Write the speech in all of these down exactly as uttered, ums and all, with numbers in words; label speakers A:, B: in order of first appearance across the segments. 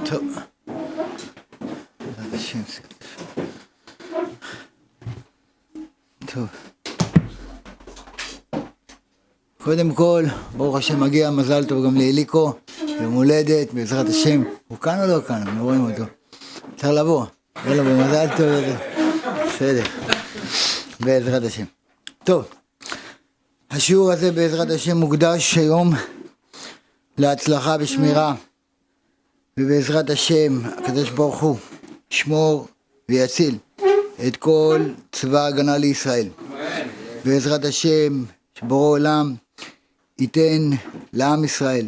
A: טוב. טוב. קודם כל, ברוך השם מגיע, מזל טוב גם לאליקו, יום הולדת, בעזרת השם. הוא כאן או לא כאן? אנחנו רואים אותו. צריך לבוא. יאללה, במזל טוב. בסדר. בעזרת השם. טוב. השיעור הזה בעזרת השם מוקדש היום להצלחה בשמירה, ובעזרת השם הקדוש ברוך הוא ישמור ויציל את כל צבא ההגנה לישראל. בעזרת השם שבורא עולם ייתן לעם ישראל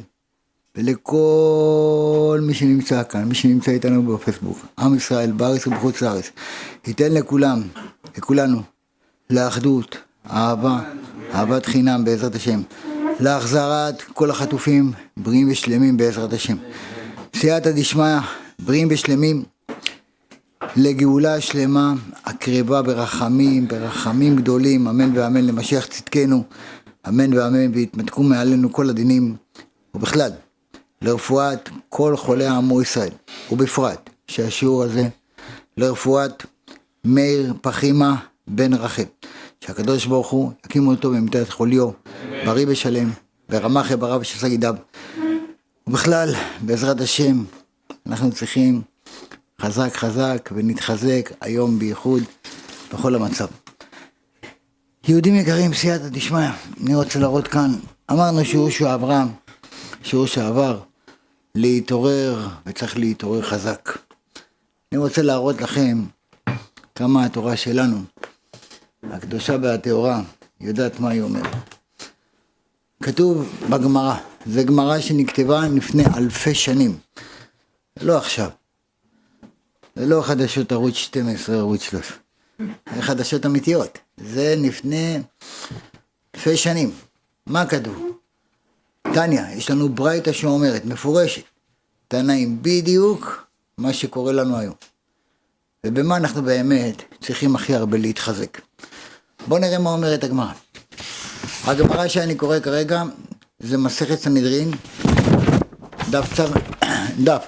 A: ולכל מי שנמצא כאן, מי שנמצא איתנו בפייסבוק, עם ישראל בארץ ובחוץ לארץ, ייתן לכולם, לכולנו, לאחדות, אהבה, אהבת חינם בעזרת השם, להחזרת כל החטופים בריאים ושלמים בעזרת השם, סייעתא דשמיא, בריאים ושלמים, לגאולה שלמה, הקרבה ברחמים, ברחמים גדולים, אמן ואמן, למשיח צדקנו, אמן ואמן, והתמתקו מעלינו כל הדינים, ובכלל, לרפואת כל חולי עמו ישראל, ובפרט שהשיעור הזה, לרפואת מאיר פחימה בן רחל, שהקדוש ברוך הוא יקים אותו במיטת חוליו, בריא ושלם, ברמח יברה ושסה גידיו, ובכלל, בעזרת השם, אנחנו צריכים חזק חזק ונתחזק היום בייחוד בכל המצב. יהודים יקרים, סייעתא דשמיא, אני רוצה להראות כאן, אמרנו שיעור שעברה, שיעור שעבר, להתעורר וצריך להתעורר חזק. אני רוצה להראות לכם כמה התורה שלנו, הקדושה והטהורה, יודעת מה היא אומרת. כתוב בגמרא, זה גמרא שנכתבה לפני אלפי שנים, לא עכשיו. זה לא חדשות ערוץ שתים עשרה, ערוץ שלוש עשרה. זה חדשות אמיתיות. זה לפני אלפי שנים. מה כתוב? תניא, יש לנו ברייתא שאומרת, מפורשת. תנאים בדיוק מה שקורה לנו היום. ובמה אנחנו באמת צריכים הכי הרבה להתחזק. בואו נראה מה אומרת הגמרא. הגמרא שאני קורא כרגע, זה מסכת סנהדרין, דף צו, דף.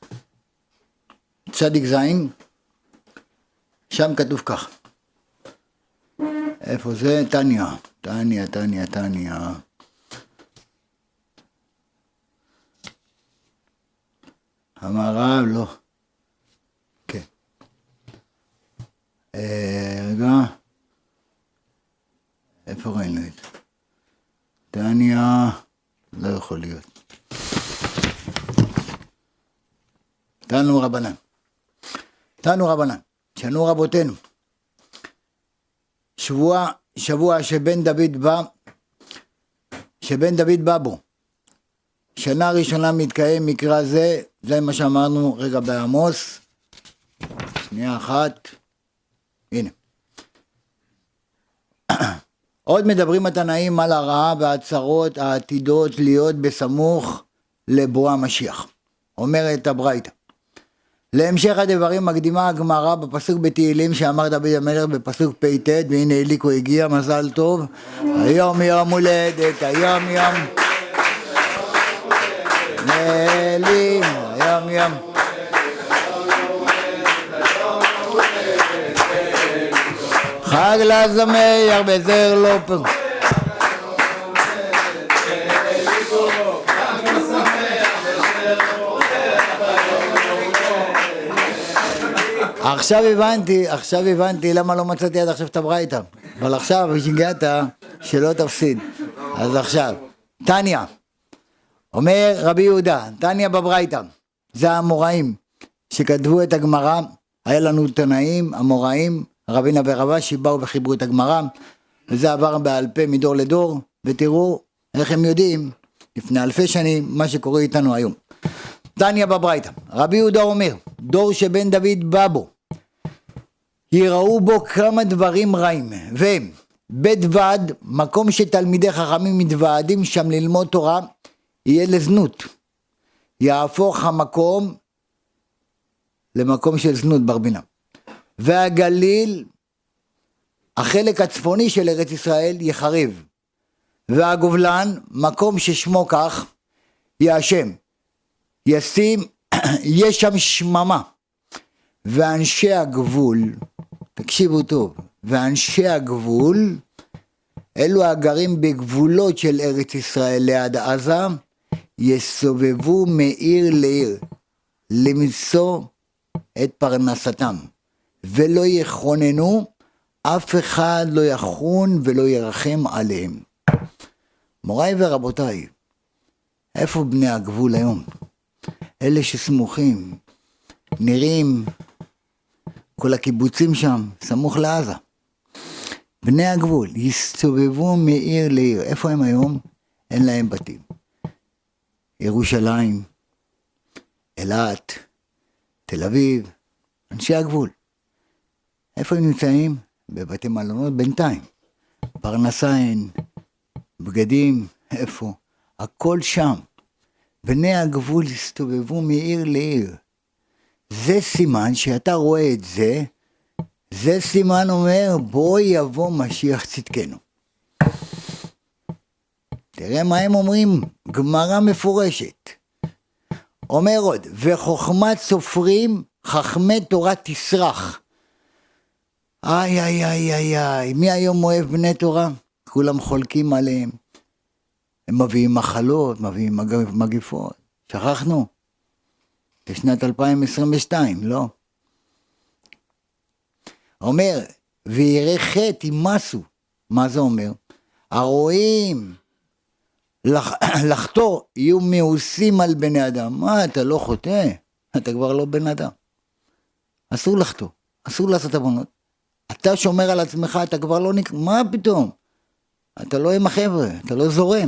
A: צדיק זין, שם כתוב כך. איפה זה? תניא, תניא, תניא, תניא. המראה, לא. כן. רגע. איפה ראינו את זה? תניא, לא יכול להיות. תנו רבנן. תנו רבנן, שנו רבותינו, שבוע, שבוע שבן דוד בא, שבן דוד בא בו, שנה ראשונה מתקיים מקרא זה, זה מה שאמרנו רגע בעמוס, שנייה אחת, הנה. עוד מדברים התנאים על הרעה והצרות העתידות להיות בסמוך לבוא המשיח, אומרת הברייתא. להמשך הדברים מקדימה הגמרא בפסוק בתהילים שאמר דוד המלך בפסוק פ"ט, והנה אליקו הגיע, מזל טוב, היום יום הולדת, היום יום נהלים, היום יום חג לזמר בזר לא פר עכשיו הבנתי, עכשיו הבנתי למה לא מצאתי עד עכשיו את הברייתא, אבל עכשיו הגעת שלא תפסיד. אז עכשיו, תניא, אומר רבי יהודה, תניא בברייתא, זה האמוראים שכתבו את הגמרא, היה לנו תנאים, אמוראים, רבינה ורבא שבאו וחיברו את הגמרא, וזה עבר בעל פה מדור לדור, ותראו איך הם יודעים לפני אלפי שנים מה שקורה איתנו היום. תניא בברייתא, רבי יהודה אומר, דור שבן דוד בא בו, יראו בו כמה דברים רעים, והם, בית ועד, מקום שתלמידי חכמים מתוועדים שם ללמוד תורה, יהיה לזנות. יהפוך המקום למקום של זנות ברבינה. והגליל, החלק הצפוני של ארץ ישראל, יחרב. והגובלן, מקום ששמו כך, יהיה השם. ישים יש שם שממה, ואנשי הגבול, תקשיבו טוב, ואנשי הגבול, אלו הגרים בגבולות של ארץ ישראל ליד עזה, יסובבו מעיר לעיר, למצוא את פרנסתם, ולא יכוננו, אף אחד לא יכון ולא ירחם עליהם. מוריי ורבותיי, איפה בני הגבול היום? אלה שסמוכים, נראים, כל הקיבוצים שם, סמוך לעזה. בני הגבול יסתובבו מעיר לעיר. איפה הם היום? אין להם בתים. ירושלים, אילת, תל אביב, אנשי הגבול. איפה הם נמצאים? בבתי מלונות בינתיים. פרנסה אין, בגדים, איפה? הכל שם. בני הגבול יסתובבו מעיר לעיר. זה סימן שאתה רואה את זה, זה סימן אומר בוא יבוא משיח צדקנו. תראה מה הם אומרים, גמרא מפורשת. אומר עוד, וחוכמת סופרים חכמי תורה תסרח. איי איי איי איי איי, מי היום אוהב בני תורה? כולם חולקים עליהם. הם מביאים מחלות, מביאים מגיפות. שכחנו? בשנת אלפיים עשרים ושתיים, לא? אומר, וירא חטא ימסו. מה זה אומר? הרועים לח... לחתור יהיו מאוסים על בני אדם. מה, אתה לא חוטא? אתה כבר לא בן אדם. אסור לחתור, אסור לעשות עוונות. אתה שומר על עצמך, אתה כבר לא נק... מה פתאום? אתה לא עם החבר'ה, אתה לא זורם.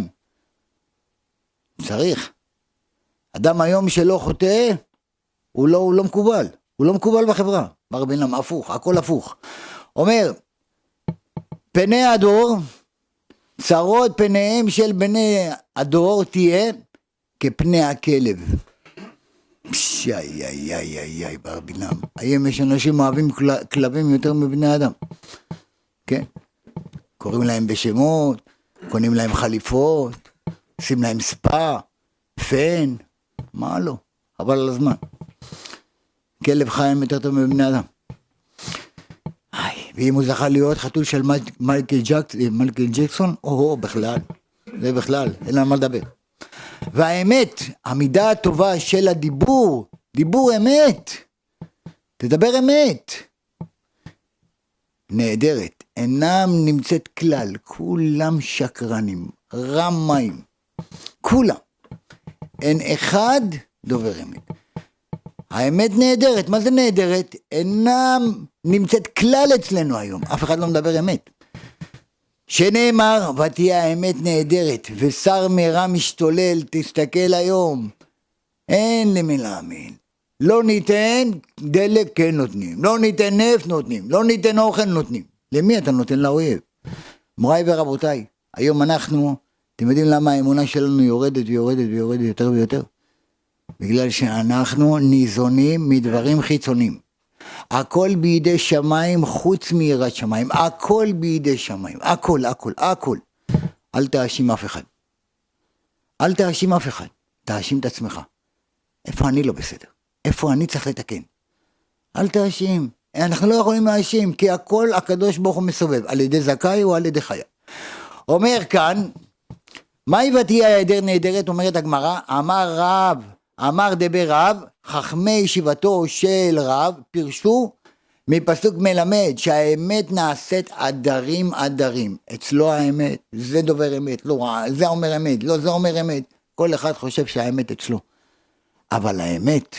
A: צריך. אדם היום שלא חוטא, הוא לא, הוא לא מקובל. הוא לא מקובל בחברה. מר בינם, הפוך, הכל הפוך. אומר, פני הדור, צרות פניהם של בני הדור תהיה כפני הכלב. פשי, איי, איי, איי, איי, איי, בר בינם. היום יש אנשים אוהבים כל, כלבים יותר מבני אדם. כן? קוראים להם בשמות, קונים להם חליפות, עושים להם ספה, פן, מה לא? אבל על הזמן. כלב חיים יותר טוב מבני אדם. איי, ואם הוא זכה להיות חתול של מייקל ג'קס, מייקל ג'קסון, או, בכלל, זה בכלל, אין לנו מה לדבר. והאמת, המידה הטובה של הדיבור, דיבור אמת, תדבר אמת, נהדרת, אינם נמצאת כלל, כולם שקרנים, רמאים, כולם, אין אחד דובר אמת. האמת נהדרת, מה זה נהדרת? אינם נמצאת כלל אצלנו היום, אף אחד לא מדבר אמת. שנאמר, ותהיה האמת נהדרת, ושר מרע משתולל, תסתכל היום, אין למי להאמין. לא ניתן דלק, כן נותנים, לא ניתן נפט נותנים, לא ניתן אוכל נותנים. למי אתה נותן? לאויב. מוריי ורבותיי, היום אנחנו, אתם יודעים למה האמונה שלנו יורדת ויורדת ויורדת יותר ויותר? בגלל שאנחנו ניזונים מדברים חיצוניים. הכל בידי שמיים חוץ מיראת שמיים, הכל בידי שמיים, הכל, הכל, הכל. אל תאשים אף אחד. אל תאשים אף אחד, תאשים את עצמך. איפה אני לא בסדר? איפה אני צריך לתקן? אל תאשים. אנחנו לא יכולים להאשים, כי הכל הקדוש ברוך הוא מסובב, על ידי זכאי או על ידי חיה. אומר כאן, מהי ותהיה ההיעדר נהדרת, אומרת הגמרא, אמר רב, אמר דבר רב, חכמי ישיבתו של רב, פירשו מפסוק מלמד שהאמת נעשית עדרים עדרים. אצלו האמת, זה דובר אמת, לא, זה אומר אמת, לא, זה אומר אמת. כל אחד חושב שהאמת אצלו. אבל האמת,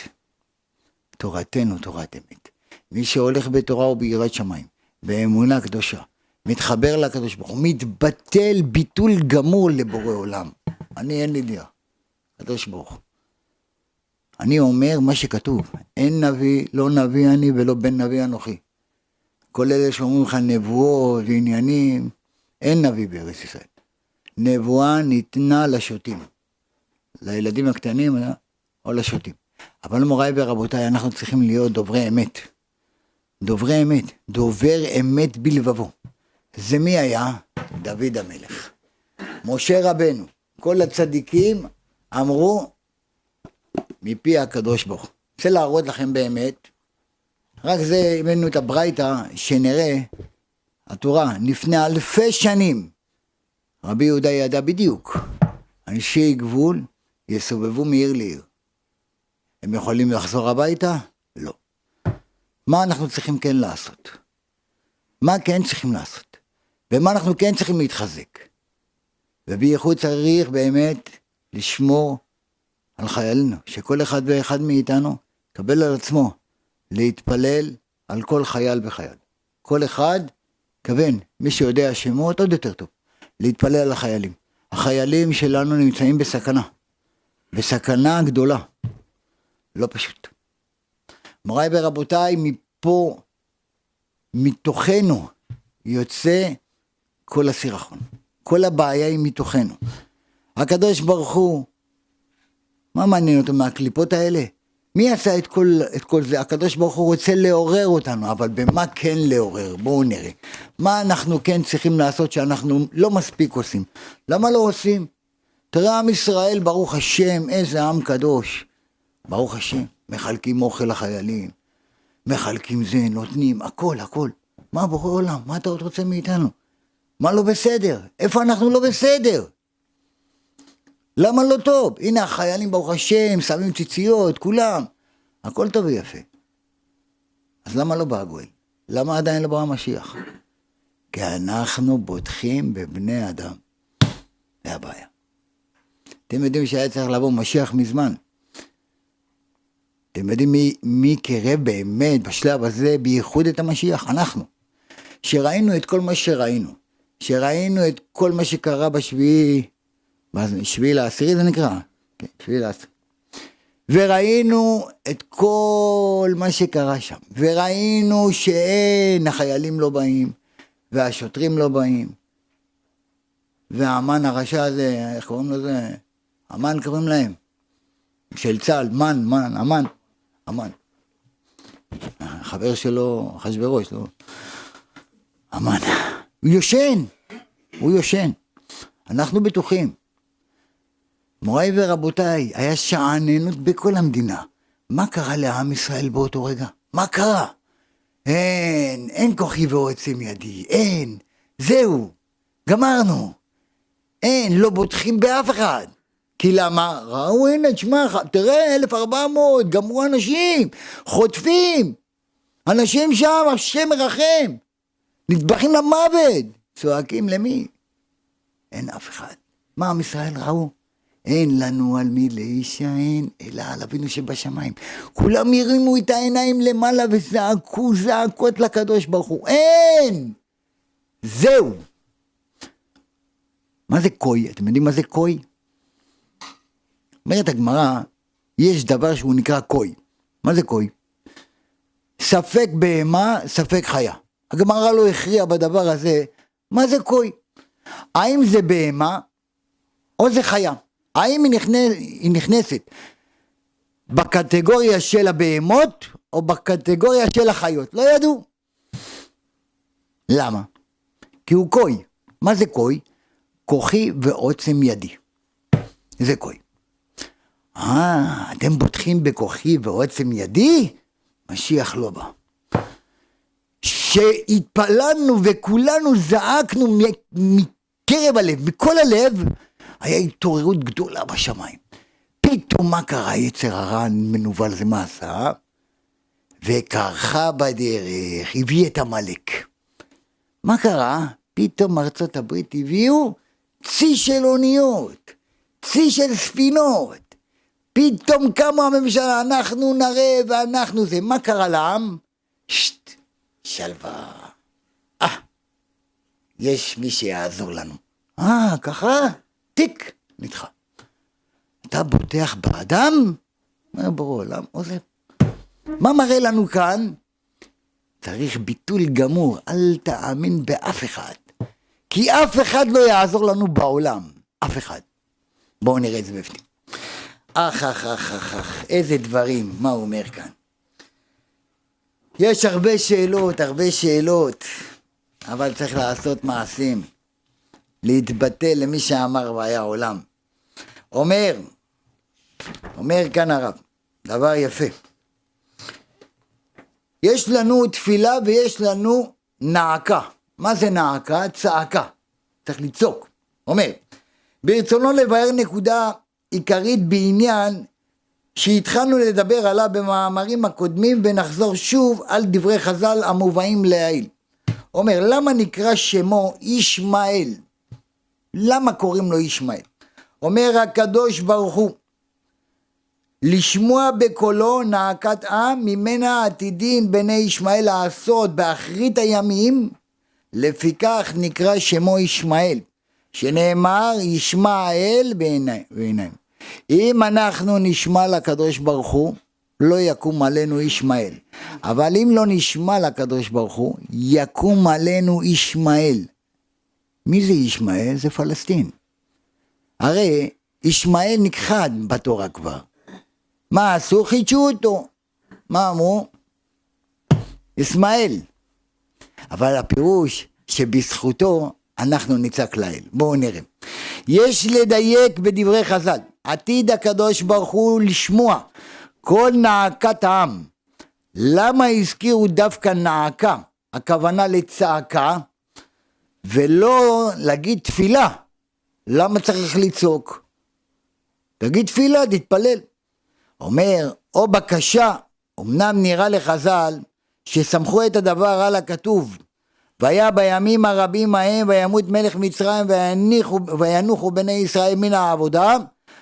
A: תורתנו תורת אמת. מי שהולך בתורה הוא ביראת שמיים, באמונה קדושה, מתחבר לקדוש ברוך הוא, מתבטל ביטול גמור לבורא עולם. אני אין לי דעה, קדוש ברוך הוא. אני אומר מה שכתוב, אין נביא, לא נביא אני ולא בן נביא אנוכי. כל אלה שאומרים לך נבואות ועניינים, אין נביא בארץ ישראל. נבואה ניתנה לשוטים, לילדים הקטנים או לשוטים. אבל מוריי ורבותיי, אנחנו צריכים להיות דוברי אמת. דוברי אמת, דובר אמת בלבבו. זה מי היה? דוד המלך. משה רבנו. כל הצדיקים אמרו, מפי הקדוש ברוך הוא. רוצה להראות לכם באמת, רק זה הבאנו את הברייתא, שנראה, התורה, לפני אלפי שנים, רבי יהודה ידע בדיוק, אנשי גבול יסובבו מעיר לעיר. הם יכולים לחזור הביתה? לא. מה אנחנו צריכים כן לעשות? מה כן צריכים לעשות? ומה אנחנו כן צריכים להתחזק? ובייחוד צריך באמת לשמור על חיילינו, שכל אחד ואחד מאיתנו קבל על עצמו להתפלל על כל חייל וחייל. כל אחד כוון, מי שיודע שמות עוד יותר טוב, להתפלל על החיילים. החיילים שלנו נמצאים בסכנה, בסכנה גדולה, לא פשוט. מוריי ורבותיי, מפה, מתוכנו, יוצא כל הסירחון. כל הבעיה היא מתוכנו. הקדוש ברוך הוא, מה מעניין אותו מהקליפות האלה? מי עשה את כל, את כל זה? הקדוש ברוך הוא רוצה לעורר אותנו, אבל במה כן לעורר? בואו נראה. מה אנחנו כן צריכים לעשות שאנחנו לא מספיק עושים? למה לא עושים? תראה עם ישראל, ברוך השם, איזה עם קדוש. ברוך השם, מחלקים אוכל לחיילים, מחלקים זה, נותנים, הכל, הכל. מה בורא עולם? מה אתה עוד רוצה מאיתנו? מה לא בסדר? איפה אנחנו לא בסדר? למה לא טוב? הנה החיילים ברוך השם, שמים ציציות, כולם. הכל טוב ויפה. אז למה לא בא הגואל? למה עדיין לא בא המשיח? כי אנחנו בוטחים בבני אדם. זה הבעיה. אתם יודעים שהיה צריך לבוא משיח מזמן. אתם יודעים מי, מי קרב באמת בשלב הזה בייחוד את המשיח? אנחנו. שראינו את כל מה שראינו. שראינו את כל מה שקרה בשביעי, שביעי לעשירי זה נקרא, כן, שביעי לעשירי. וראינו את כל מה שקרה שם, וראינו שאין, החיילים לא באים, והשוטרים לא באים, והאמן הרשע הזה, איך קוראים לזה? אמן קוראים להם, של צה"ל, מן, מן, אמן, אמן. החבר שלו, אחשוורוש, לא, אמן. הוא יושן, הוא יושן. אנחנו בטוחים. מוריי ורבותיי, היה שעננות בכל המדינה. מה קרה לעם ישראל באותו רגע? מה קרה? אין, אין כוחי ועוצם ידי, אין. זהו, גמרנו. אין, לא בוטחים באף אחד. כי למה? ראו, הנה, תשמע, תראה, אלף וארבע מאות, גמרו אנשים, חוטפים. אנשים שם, השם מרחם. נטבחים למוות. צועקים למי? אין אף אחד. מה עם ישראל ראו? אין לנו על מי להישען, אלא על אבינו שבשמיים. כולם הרימו את העיניים למעלה וזעקו זעקות לקדוש ברוך הוא. אין! זהו. מה זה קוי? אתם יודעים מה זה קוי? אומרת הגמרא, יש דבר שהוא נקרא קוי. מה זה קוי? ספק בהמה, ספק חיה. הגמרא לא הכריע בדבר הזה, מה זה קוי? האם זה בהמה או זה חיה? האם היא, נכנס, היא נכנסת בקטגוריה של הבהמות או בקטגוריה של החיות? לא ידעו. למה? כי הוא קוי. מה זה קוי? כוחי ועוצם ידי. זה קוי. אה, אתם בוטחים בכוחי ועוצם ידי? משיח לא בא. שהתפללנו וכולנו זעקנו מקרב הלב, מכל הלב, היה התעוררות גדולה בשמיים. פתאום מה קרה? יצר הרע מנוול זה מה עשה? וקרחה בדרך, הביא את המלך. מה קרה? פתאום ארצות הברית הביאו צי של אוניות, צי של ספינות. פתאום קמו הממשלה, אנחנו נראה ואנחנו זה. מה קרה לעם? שט, שלווה. אה, יש מי שיעזור לנו. אה, ככה? תיק, נדחה. אתה בוטח באדם? מה ברור, למה עוזב? מה מראה לנו כאן? צריך ביטול גמור, אל תאמין באף אחד. כי אף אחד לא יעזור לנו בעולם. אף אחד. בואו נראה את זה בפנים. אך, אך, אך, אך, אך, איזה דברים, מה הוא אומר כאן? יש הרבה שאלות, הרבה שאלות, אבל צריך לעשות מעשים. להתבטא למי שאמר והיה עולם. אומר, אומר כאן הרב, דבר יפה. יש לנו תפילה ויש לנו נעקה. מה זה נעקה? צעקה. צריך לצעוק. אומר, ברצונו לבאר נקודה עיקרית בעניין שהתחלנו לדבר עליו במאמרים הקודמים, ונחזור שוב על דברי חז"ל המובאים לעיל. אומר, למה נקרא שמו ישמעאל? למה קוראים לו ישמעאל? אומר הקדוש ברוך הוא, לשמוע בקולו נעקת עם, ממנה עתידין בני ישמעאל לעשות באחרית הימים, לפיכך נקרא שמו ישמעאל, שנאמר ישמעאל בעיניים. אם אנחנו נשמע לקדוש ברוך הוא, לא יקום עלינו ישמעאל. אבל אם לא נשמע לקדוש ברוך הוא, יקום עלינו ישמעאל. מי זה ישמעאל? זה פלסטין. הרי ישמעאל נכחד בתורה כבר. מה עשו? חידשו אותו. מה אמרו? ישמעאל. אבל הפירוש שבזכותו אנחנו נצעק לאל. בואו נראה. יש לדייק בדברי חז"ל. עתיד הקדוש ברוך הוא לשמוע כל נעקת העם. למה הזכירו דווקא נעקה? הכוונה לצעקה, ולא להגיד תפילה. למה צריך לצעוק? תגיד תפילה, תתפלל. אומר, או בקשה, אמנם נראה לחז"ל, שסמכו את הדבר על הכתוב, והיה בימים הרבים ההם, וימות מלך מצרים, ויניחו, וינוחו בני ישראל מן העבודה,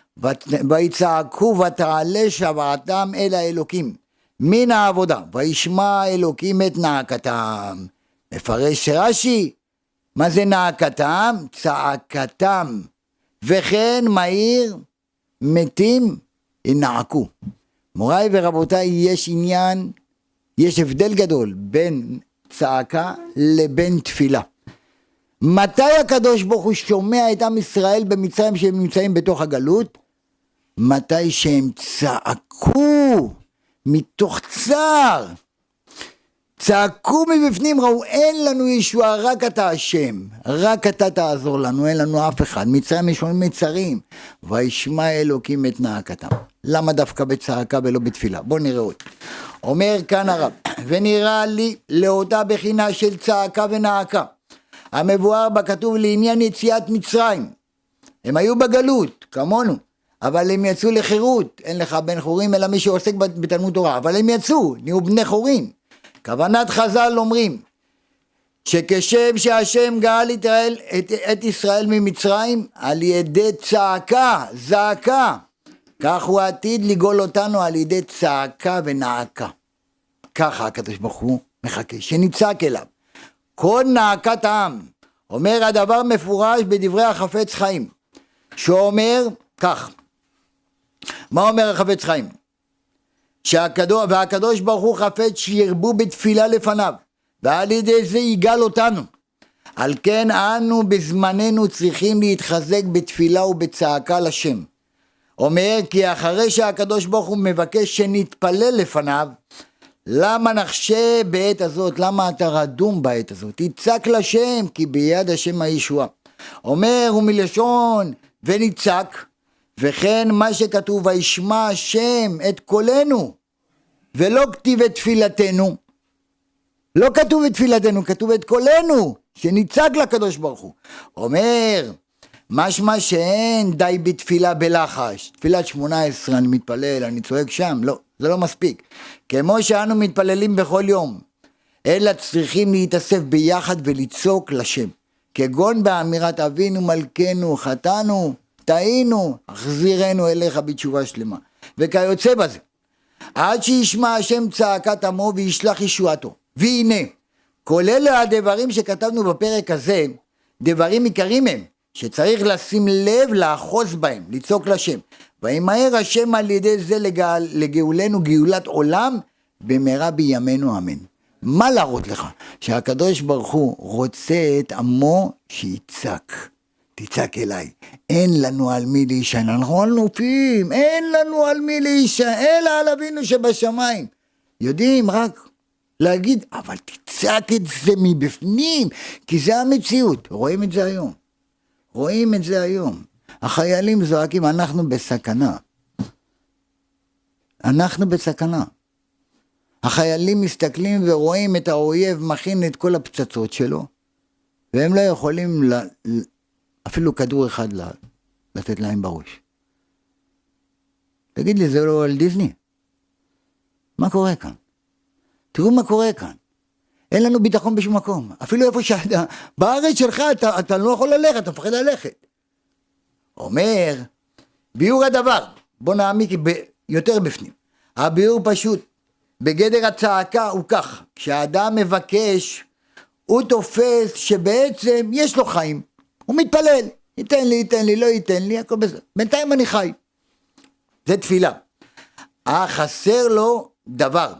A: ויצעקו ותעלה שוועתם אל האלוקים, מן העבודה, וישמע אלוקים את נעקתם. מפרש רש"י, מה זה נעקתם? צעקתם. וכן מהיר מתים ינעקו. מוריי ורבותיי, יש עניין, יש הבדל גדול בין צעקה לבין תפילה. מתי הקדוש ברוך הוא שומע את עם ישראל במצרים שהם נמצאים בתוך הגלות? מתי שהם צעקו מתוך צער, צעקו מבפנים, ראו אין לנו ישועה, רק אתה השם, רק אתה תעזור לנו, אין לנו אף אחד. מצרים יש לנו מצרים, וישמע אלוקים את נעקתם. למה דווקא בצעקה ולא בתפילה? בוא נראה עוד. אומר כאן הרב, ונראה לי לאותה בחינה של צעקה ונעקה המבואר בכתוב לעניין יציאת מצרים. הם היו בגלות כמונו, אבל הם יצאו לחירות. אין לך בן חורין אלא מי שעוסק בתלמוד תורה, אבל הם יצאו, נהיו בני חורין. כוונת חז"ל אומרים שכשם שהשם גאל ישראל, את, את ישראל ממצרים על ידי צעקה, זעקה, כך הוא עתיד לגאול אותנו על ידי צעקה ונעקה. ככה הקדוש ברוך הוא מחכה, שנצעק אליו. כל נעקת העם, אומר הדבר מפורש בדברי החפץ חיים, שאומר כך, מה אומר החפץ חיים? שהקדוש, והקדוש ברוך הוא חפץ שירבו בתפילה לפניו, ועל ידי זה יגאל אותנו. על כן אנו בזמננו צריכים להתחזק בתפילה ובצעקה לשם. אומר כי אחרי שהקדוש ברוך הוא מבקש שנתפלל לפניו, למה נחשה בעת הזאת? למה אתה רדום בעת הזאת? תצעק לשם, כי ביד השם הישועה. אומר ומלשון ונצעק, וכן מה שכתוב וישמע השם את קולנו, ולא כתיב את תפילתנו. לא כתוב את תפילתנו, כתוב את קולנו, שנצעק לקדוש ברוך הוא. אומר משמע שאין די בתפילה בלחש. תפילת שמונה עשרה אני מתפלל, אני צועק שם, לא, זה לא מספיק. כמו שאנו מתפללים בכל יום, אלא צריכים להתאסף ביחד ולצעוק לשם, כגון באמירת אבינו מלכנו חטאנו, טעינו, החזירנו אליך בתשובה שלמה, וכיוצא בזה, עד שישמע השם צעקת עמו וישלח ישועתו. והנה, כל אלה הדברים שכתבנו בפרק הזה, דברים עיקריים הם, שצריך לשים לב לאחוז בהם, לצעוק לשם, וימהר השם על ידי זה לגאל, לגאולנו גאולת עולם, במהרה בימינו אמן. מה להראות לך? שהקדוש ברוך הוא רוצה את עמו שיצעק. תצעק אליי, אין לנו על מי להישען, אנחנו על נופים, אין לנו על מי להישען, אלא על אבינו שבשמיים. יודעים רק להגיד, אבל תצעק את זה מבפנים, כי זה המציאות. רואים את זה היום, רואים את זה היום. החיילים זועקים, אנחנו בסכנה. אנחנו בסכנה. החיילים מסתכלים ורואים את האויב מכין את כל הפצצות שלו, והם לא יכולים ל... אפילו כדור אחד לתת להם בראש. תגיד לי, זה לא על דיסני? מה קורה כאן? תראו מה קורה כאן. אין לנו ביטחון בשום מקום. אפילו איפה שאתה, בארץ שלך אתה, אתה לא יכול ללכת, אתה מפחד ללכת. אומר, ביור הדבר, בוא נעמיק ב... יותר בפנים. הביור פשוט, בגדר הצעקה הוא כך, כשאדם מבקש, הוא תופס שבעצם יש לו חיים. הוא מתפלל, ייתן לי, ייתן לי, לא ייתן לי, הכל בסדר. בינתיים אני חי. זה תפילה. אה, חסר לו דבר.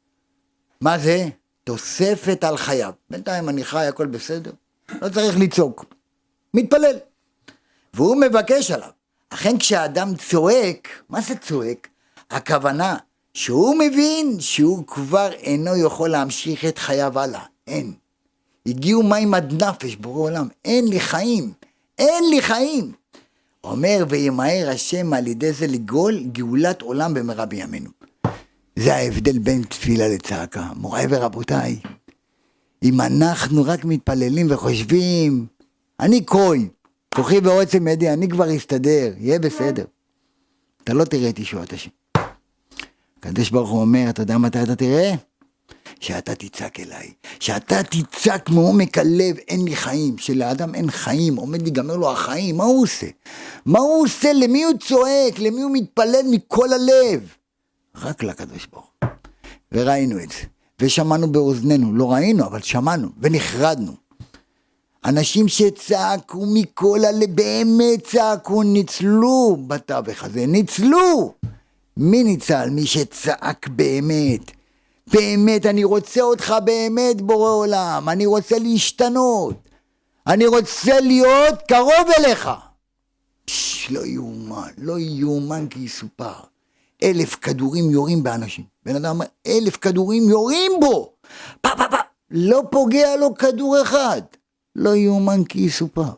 A: מה זה? תוספת על חייו. בינתיים אני חי, הכל בסדר. לא צריך לצעוק. מתפלל. והוא מבקש עליו. אכן כשאדם צועק, מה זה צועק? הכוונה שהוא מבין שהוא כבר אינו יכול להמשיך את חייו הלאה. אין. הגיעו מים עד נפש בורא עולם. אין לי חיים. אין לי חיים. אומר וימהר השם על ידי זה לגאול גאולת עולם במהרה בימינו. זה ההבדל בין תפילה לצעקה. מוריי ורבותיי, אם אנחנו רק מתפללים וחושבים, אני קוי, כוחי ועוצם ידי, אני כבר אסתדר, יהיה בסדר. אתה לא תראה את ישועת השם. הקדוש ברוך הוא אומר, אתה יודע מתי אתה תראה? שאתה תצעק אליי, שאתה תצעק מעומק הלב, אין לי חיים, שלאדם אין חיים, עומד להיגמר לו החיים, מה הוא עושה? מה הוא עושה? למי הוא צועק? למי הוא מתפלל מכל הלב? רק לקדוש ברוך הוא. וראינו את זה, ושמענו באוזנינו, לא ראינו, אבל שמענו, ונחרדנו. אנשים שצעקו מכל הלב, באמת צעקו, ניצלו בתווך הזה, ניצלו. מי ניצל? מי שצעק באמת. באמת, אני רוצה אותך באמת בורא עולם, אני רוצה להשתנות, אני רוצה להיות קרוב אליך. פש, לא יאומן, לא יאומן כי יסופר. אלף כדורים יורים באנשים. בן אדם אומר, אלף כדורים יורים בו. פה, פה, פה. לא פוגע לו כדור אחד. לא יאומן כי יסופר.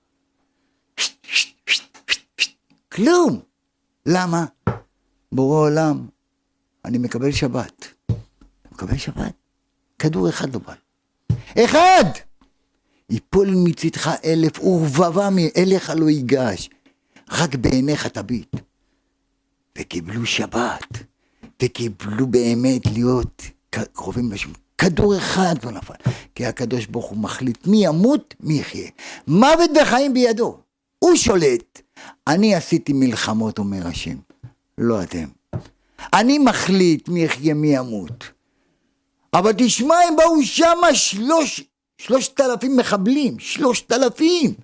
A: כלום. למה? בורא עולם, אני מקבל שבת. מקבל שבת, כדור אחד לא בא. אחד! יפול מצדך אלף ורבבה מאליך לא ייגש, רק בעיניך תביט. וקיבלו שבת, וקיבלו באמת להיות קרובים לשם. כדור אחד לא נפל, כי הקדוש ברוך הוא מחליט מי ימות, מי יחיה. מוות וחיים בידו, הוא שולט. אני עשיתי מלחמות, אומר השם, לא אתם. אני מחליט מי יחיה, מי ימות. אבל תשמע, הם באו שם שלוש, שלושת אלפים מחבלים, שלושת אלפים.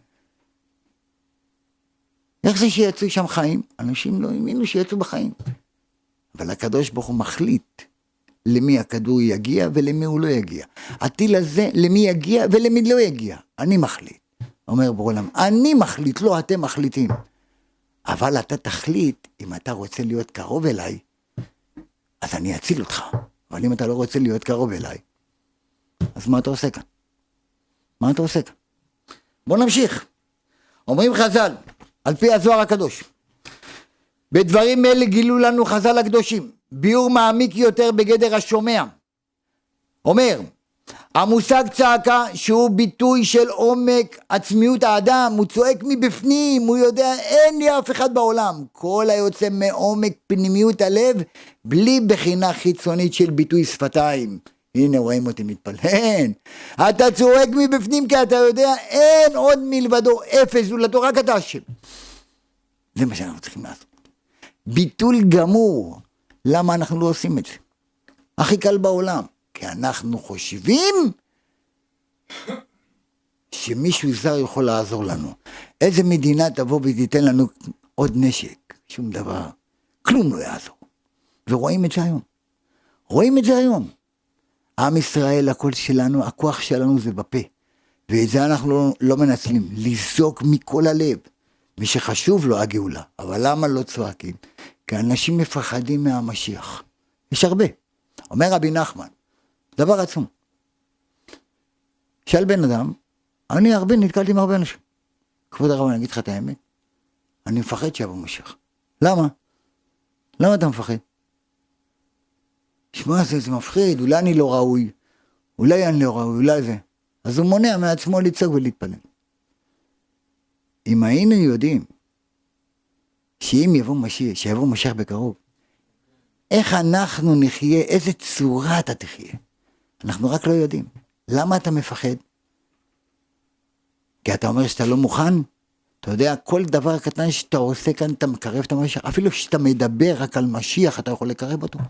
A: איך זה שיצאו שם חיים? אנשים לא האמינו שיצאו בחיים. אבל הקדוש ברוך הוא מחליט למי הכדור יגיע ולמי הוא לא יגיע. הטיל הזה למי יגיע ולמי לא יגיע. אני מחליט. אומר בורא עולם, אני מחליט, לא אתם מחליטים. אבל אתה תחליט, אם אתה רוצה להיות קרוב אליי, אז אני אציל אותך. אבל אם אתה לא רוצה להיות קרוב אליי, אז מה אתה עושה כאן? מה אתה עושה כאן? בוא נמשיך. אומרים חז"ל, על פי הזוהר הקדוש, בדברים אלה גילו לנו חז"ל הקדושים, ביור מעמיק יותר בגדר השומע. אומר, המושג צעקה שהוא ביטוי של עומק עצמיות האדם, הוא צועק מבפנים, הוא יודע אין לי אף אחד בעולם, כל היוצא מעומק פנימיות הלב, בלי בחינה חיצונית של ביטוי שפתיים. הנה רואים אותי מתפלל, אתה צועק מבפנים כי אתה יודע אין עוד מלבדו, אפס זולתו, רק אתה השם. זה מה שאנחנו צריכים לעשות. ביטול גמור. למה אנחנו לא עושים את זה? הכי קל בעולם. כי אנחנו חושבים שמישהו זר יכול לעזור לנו. איזה מדינה תבוא ותיתן לנו עוד נשק? שום דבר. כלום לא יעזור. ורואים את זה היום. רואים את זה היום. עם ישראל, הקול שלנו, הכוח שלנו זה בפה. ואת זה אנחנו לא, לא מנצלים. לזעוק מכל הלב. מי שחשוב לו הגאולה. אבל למה לא צועקים? כי אנשים מפחדים מהמשיח. יש הרבה. אומר רבי נחמן, דבר עצום. שאל בן אדם, אני הרבה נתקלתי עם הרבה אנשים. כבוד הרב, אני אגיד לך את האמת, אני מפחד שיבוא משיח. למה? למה אתה מפחד? שמע, זה, זה מפחיד, אולי אני לא ראוי, אולי אני לא ראוי, אולי זה. אז הוא מונע מעצמו לצעוק ולהתפלל. אם היינו יודעים, שאם יבוא משיח, שיבוא משיח בקרוב, איך אנחנו נחיה, איזה צורה אתה תחיה. אנחנו רק לא יודעים. למה אתה מפחד? כי אתה אומר שאתה לא מוכן? אתה יודע, כל דבר קטן שאתה עושה כאן, אתה מקרב את המשיח. אפילו שאתה מדבר רק על משיח, אתה יכול לקרב אותו.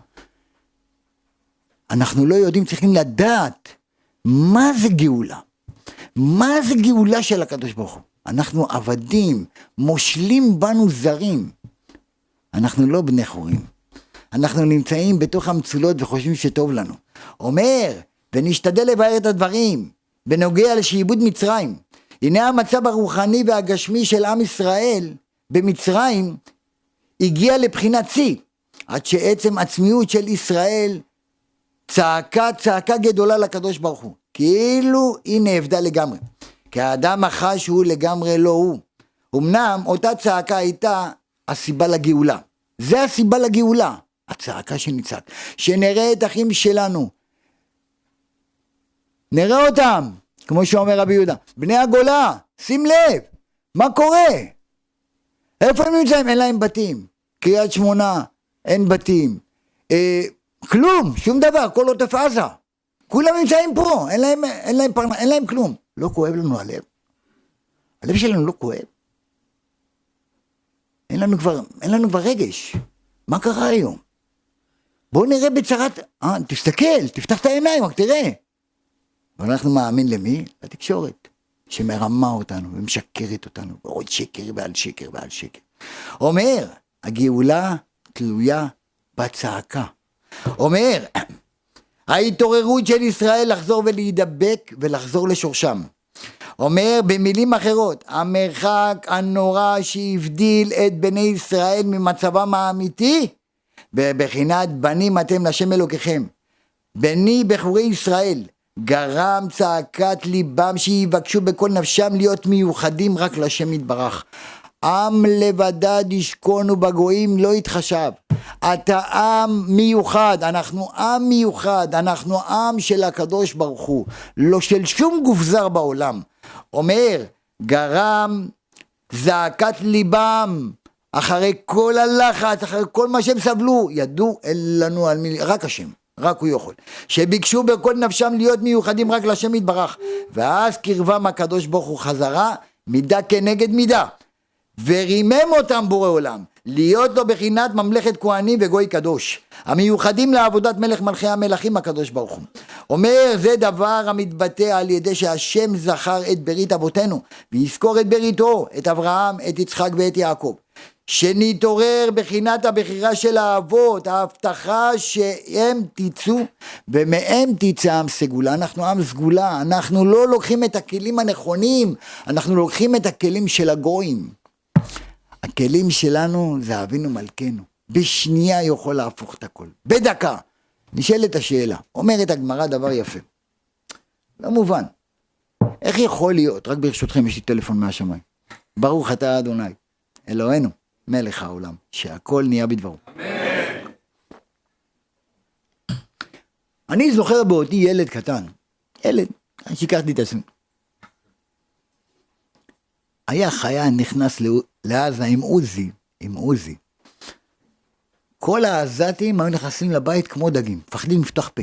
A: אנחנו לא יודעים, צריכים לדעת מה זה גאולה. מה זה גאולה של הקדוש ברוך הוא. אנחנו עבדים, מושלים בנו זרים. אנחנו לא בני חורים. אנחנו נמצאים בתוך המצולות וחושבים שטוב לנו. אומר, ונשתדל לבאר את הדברים, בנוגע לשעבוד מצרים. הנה המצב הרוחני והגשמי של עם ישראל במצרים, הגיע לבחינת צי, עד שעצם עצמיות של ישראל, צעקה, צעקה גדולה לקדוש ברוך הוא. כאילו היא נאבדה לגמרי. כי האדם החש הוא לגמרי לא הוא. אמנם אותה צעקה הייתה הסיבה לגאולה. זה הסיבה לגאולה. הצעקה שנצעק. שנראה את אחים שלנו. נראה אותם. כמו שאומר רבי יהודה. בני הגולה. שים לב. מה קורה? איפה הם נמצאים? אין להם בתים. קריית שמונה. אין בתים. אה, כלום. שום דבר. כל עוטף עזה. כולם נמצאים פה. אין להם, אין להם פרנס. אין להם כלום. לא כואב לנו הלב. הלב שלנו לא כואב. אין לנו כבר, אין לנו כבר רגש. מה קרה היום? בואו נראה בצרת, אה, תסתכל, תפתח את העיניים, רק תראה. אבל אנחנו מאמין למי? לתקשורת, שמרמה אותנו ומשקרת אותנו, ועוד שקר ועל שקר ועל שקר. אומר, הגאולה תלויה בצעקה. אומר, ההתעוררות של ישראל לחזור ולהידבק ולחזור לשורשם. אומר במילים אחרות, המרחק הנורא שהבדיל את בני ישראל ממצבם האמיתי, בבחינת בנים אתם לשם אלוקיכם. בני בחורי ישראל, גרם צעקת ליבם שיבקשו בכל נפשם להיות מיוחדים רק לשם יתברך. עם לבדד ישכונו בגויים לא יתחשב. אתה עם מיוחד, אנחנו עם מיוחד, אנחנו עם של הקדוש ברוך הוא, לא של שום גוף זר בעולם. אומר, גרם זעקת ליבם, אחרי כל הלחץ, אחרי כל מה שהם סבלו, ידעו לנו על מי, רק השם, רק הוא יכול. שביקשו בכל נפשם להיות מיוחדים רק לשם יתברך. ואז קרבם הקדוש ברוך הוא חזרה, מידה כנגד מידה. ורימם אותם בורא עולם, להיות לו בחינת ממלכת כהנים וגוי קדוש, המיוחדים לעבודת מלך מלכי המלכים הקדוש ברוך הוא. אומר, זה דבר המתבטא על ידי שהשם זכר את ברית אבותינו, ויזכור את בריתו, את אברהם, את יצחק ואת יעקב. שנתעורר בחינת הבחירה של האבות, ההבטחה שהם תיצאו, ומהם תיצא עם סגולה. אנחנו עם סגולה, אנחנו לא לוקחים את הכלים הנכונים, אנחנו לוקחים את הכלים של הגויים. הכלים שלנו זה אבינו מלכנו, בשנייה יכול להפוך את הכל, בדקה. נשאלת השאלה, אומרת הגמרא דבר יפה, לא מובן, איך יכול להיות, רק ברשותכם יש לי טלפון מהשמיים, ברוך אתה אדוני, אלוהינו, מלך העולם, שהכל נהיה בדברו. אמן. אני זוכר באותי ילד קטן, ילד, אני שיקחתי את עצמי, היה חיה נכנס לעזה עם עוזי, עם עוזי. כל העזתים היו נכנסים לבית כמו דגים, פחדים לפתוח פה.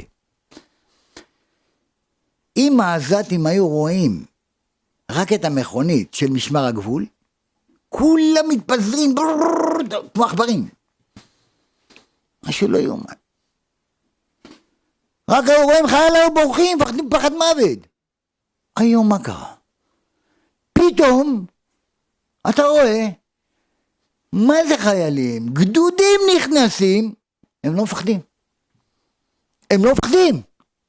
A: אם העזתים היו רואים רק את המכונית של משמר הגבול, כולם מתפזרים, כמו עכברים. משהו לא יאומן. רק היו רואים חייל היו בורחים, פחדים פחד מוות. היום מה קרה? פתאום, אתה רואה, מה זה חיילים? גדודים נכנסים, הם לא מפחדים. הם לא מפחדים.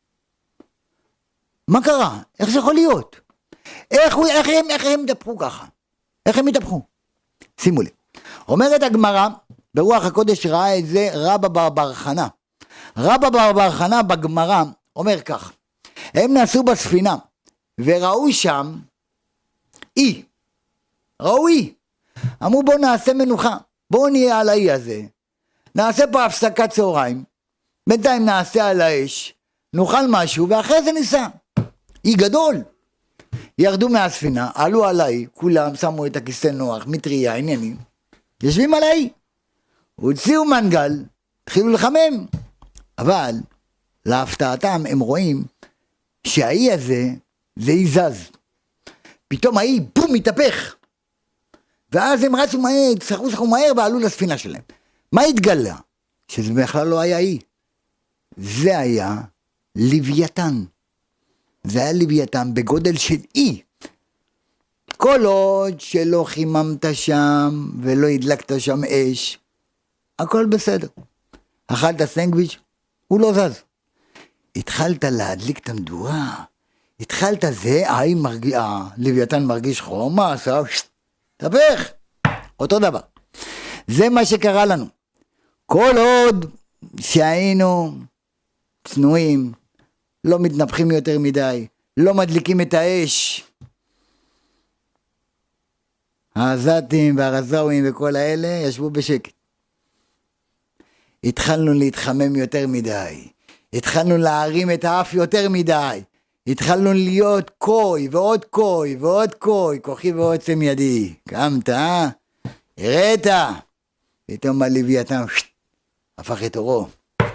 A: מה קרה? איך זה יכול להיות? איך, איך, הם, איך הם יתהפכו ככה? איך הם יתהפכו? שימו לב. אומרת הגמרא, ברוח הקודש ראה את זה רבא בר בר חנה. רבא בר בר חנה בגמרא אומר כך, הם נסעו בספינה, וראו שם אי. ראו אי. אמרו בואו נעשה מנוחה, בואו נהיה על האי הזה, נעשה פה הפסקת צהריים, בינתיים נעשה על האש, נאכל משהו, ואחרי זה ניסע. היא גדול. ירדו מהספינה, עלו עליי, כולם שמו את הכיסא נוח, מטריה, עניינים. יושבים עליי. הוציאו מנגל, התחילו לחמם. אבל, להפתעתם, הם רואים שהאי הזה, זה יזז. פתאום האי, בום, מתהפך. ואז הם רצו מהר, צחקו צחקו מהר, ועלו לספינה שלהם. מה התגלה? שזה בכלל לא היה אי. זה היה לוויתן. זה היה לוויתן בגודל של אי. כל עוד שלא חיממת שם, ולא הדלקת שם אש, הכל בסדר. אכלת סנדוויץ', הוא לא זז. התחלת להדליק את המדורה, התחלת זה, האי מרגיש, הלוויתן מרגיש חום, מה עשה? תפך, אותו דבר. זה מה שקרה לנו. כל עוד שהיינו צנועים, לא מתנפחים יותר מדי, לא מדליקים את האש, העזתים והרזאווים וכל האלה ישבו בשקט. התחלנו להתחמם יותר מדי, התחלנו להרים את האף יותר מדי, התחלנו להיות קוי ועוד קוי ועוד קוי, כוחי ועוצם ידי. קמת, אה? הראת, פתאום הלוויתן הפך את אורו.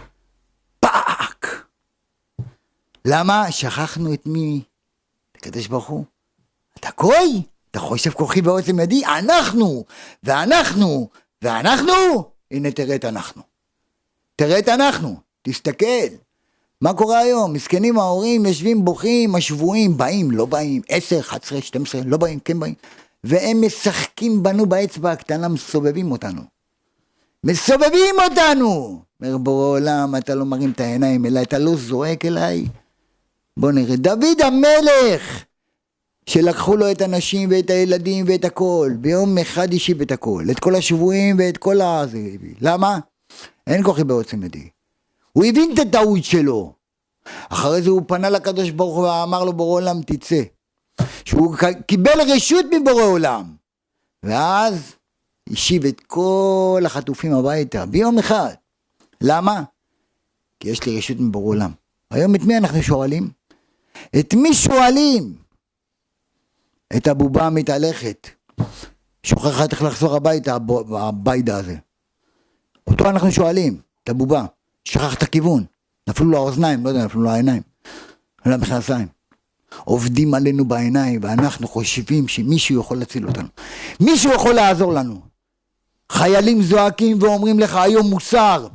A: פאק! למה? שכחנו את מי? הקדוש ברוך הוא. אתה קוי? אתה חושב כוחי ועוצם ידי? אנחנו! ואנחנו! ואנחנו! הנה תראה את אנחנו. תראה את אנחנו. תסתכל. מה קורה היום? מסכנים ההורים יושבים בוכים, השבועים באים, לא באים, עשר, אחת עשרה, שתים עשרה, לא באים, כן באים. והם משחקים בנו באצבע הקטנה, מסובבים אותנו. מסובבים אותנו! אומר בורא עולם, אתה לא מרים את העיניים אליי, אתה לא זועק אליי. בוא נראה, דוד המלך, שלקחו לו את הנשים ואת הילדים ואת הכל, ביום אחד השיב את הכל, את כל השבועים ואת כל הזה. למה? אין כוחי בעוצם ידי. הוא הבין את הטעות שלו. אחרי זה הוא פנה לקדוש ברוך הוא ואמר לו בורא עולם תצא. שהוא קיבל רשות מבורא עולם. ואז השיב את כל החטופים הביתה ביום אחד. למה? כי יש לי רשות מבורא עולם. היום את מי אנחנו שואלים? את מי שואלים? את הבובה המתהלכת. שוכחת איך לחזור הביתה, הביידה הזה. אותו אנחנו שואלים, את הבובה. שכח את הכיוון, נפלו לו האוזניים, לא יודע, נפלו לו העיניים, לא למכנסיים. עובדים עלינו בעיניים, ואנחנו חושבים שמישהו יכול להציל אותנו. מישהו יכול לעזור לנו. חיילים זועקים ואומרים לך, היום מוסר.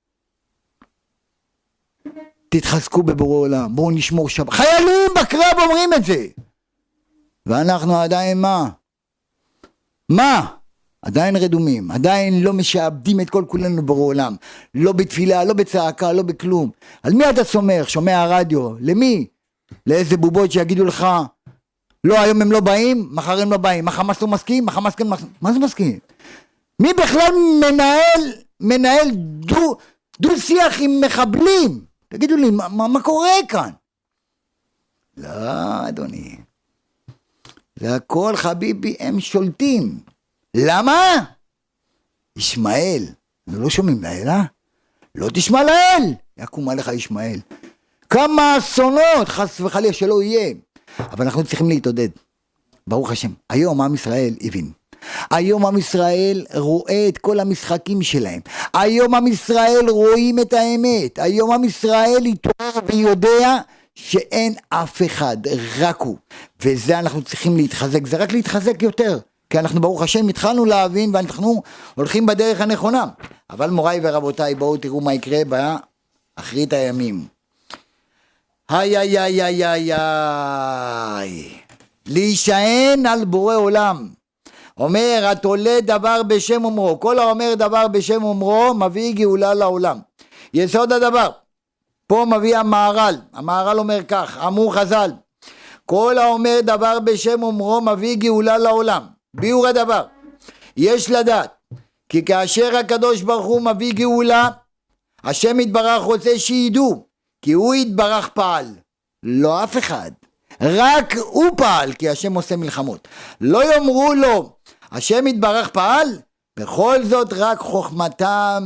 A: תתחזקו בבורא עולם, בואו נשמור שבת. חיילים בקרב אומרים את זה. ואנחנו עדיין מה? מה? עדיין רדומים, עדיין לא משעבדים את כל כולנו בורא עולם, לא בתפילה, לא בצעקה, לא בכלום. על מי אתה סומך? שומע הרדיו? למי? לאיזה בובות שיגידו לך, לא, היום הם לא באים, מחר הם לא באים, מה חמאס לא מסכים? מה חמאס כן מסכים? מה זה מסכים? מי בכלל מנהל, מנהל דו, דו שיח עם מחבלים? תגידו לי, מה, מה, מה קורה כאן? לא, אדוני. זה הכל חביבי, הם שולטים. למה? ישמעאל, אנחנו לא שומעים לאל, אה? לא תשמע לאל, יקום עליך ישמעאל. כמה אסונות, חס וחלילה שלא יהיה. אבל אנחנו צריכים להתעודד. ברוך השם, היום עם ישראל הבין. היום עם ישראל רואה את כל המשחקים שלהם. היום עם ישראל רואים את האמת. היום עם ישראל יתעורר ויודע שאין אף אחד, רק הוא. וזה אנחנו צריכים להתחזק, זה רק להתחזק יותר. כי אנחנו ברוך השם התחלנו להבין ואנחנו הולכים בדרך הנכונה. אבל מוריי ורבותיי, בואו תראו מה יקרה באחרית הימים. היי היי היי היי היי היי להישען על בורא עולם. אומר התולה דבר בשם אומרו, כל האומר דבר בשם אומרו מביא גאולה לעולם. יסוד הדבר, פה מביא המהר"ל, המהר"ל אומר כך, אמרו חז"ל, כל האומר דבר בשם אומרו מביא גאולה לעולם. ביאור הדבר, יש לדעת כי כאשר הקדוש ברוך הוא מביא גאולה, השם יתברך רוצה שידעו כי הוא יתברך פעל, לא אף אחד, רק הוא פעל, כי השם עושה מלחמות. לא יאמרו לו השם יתברך פעל, בכל זאת רק חוכמתם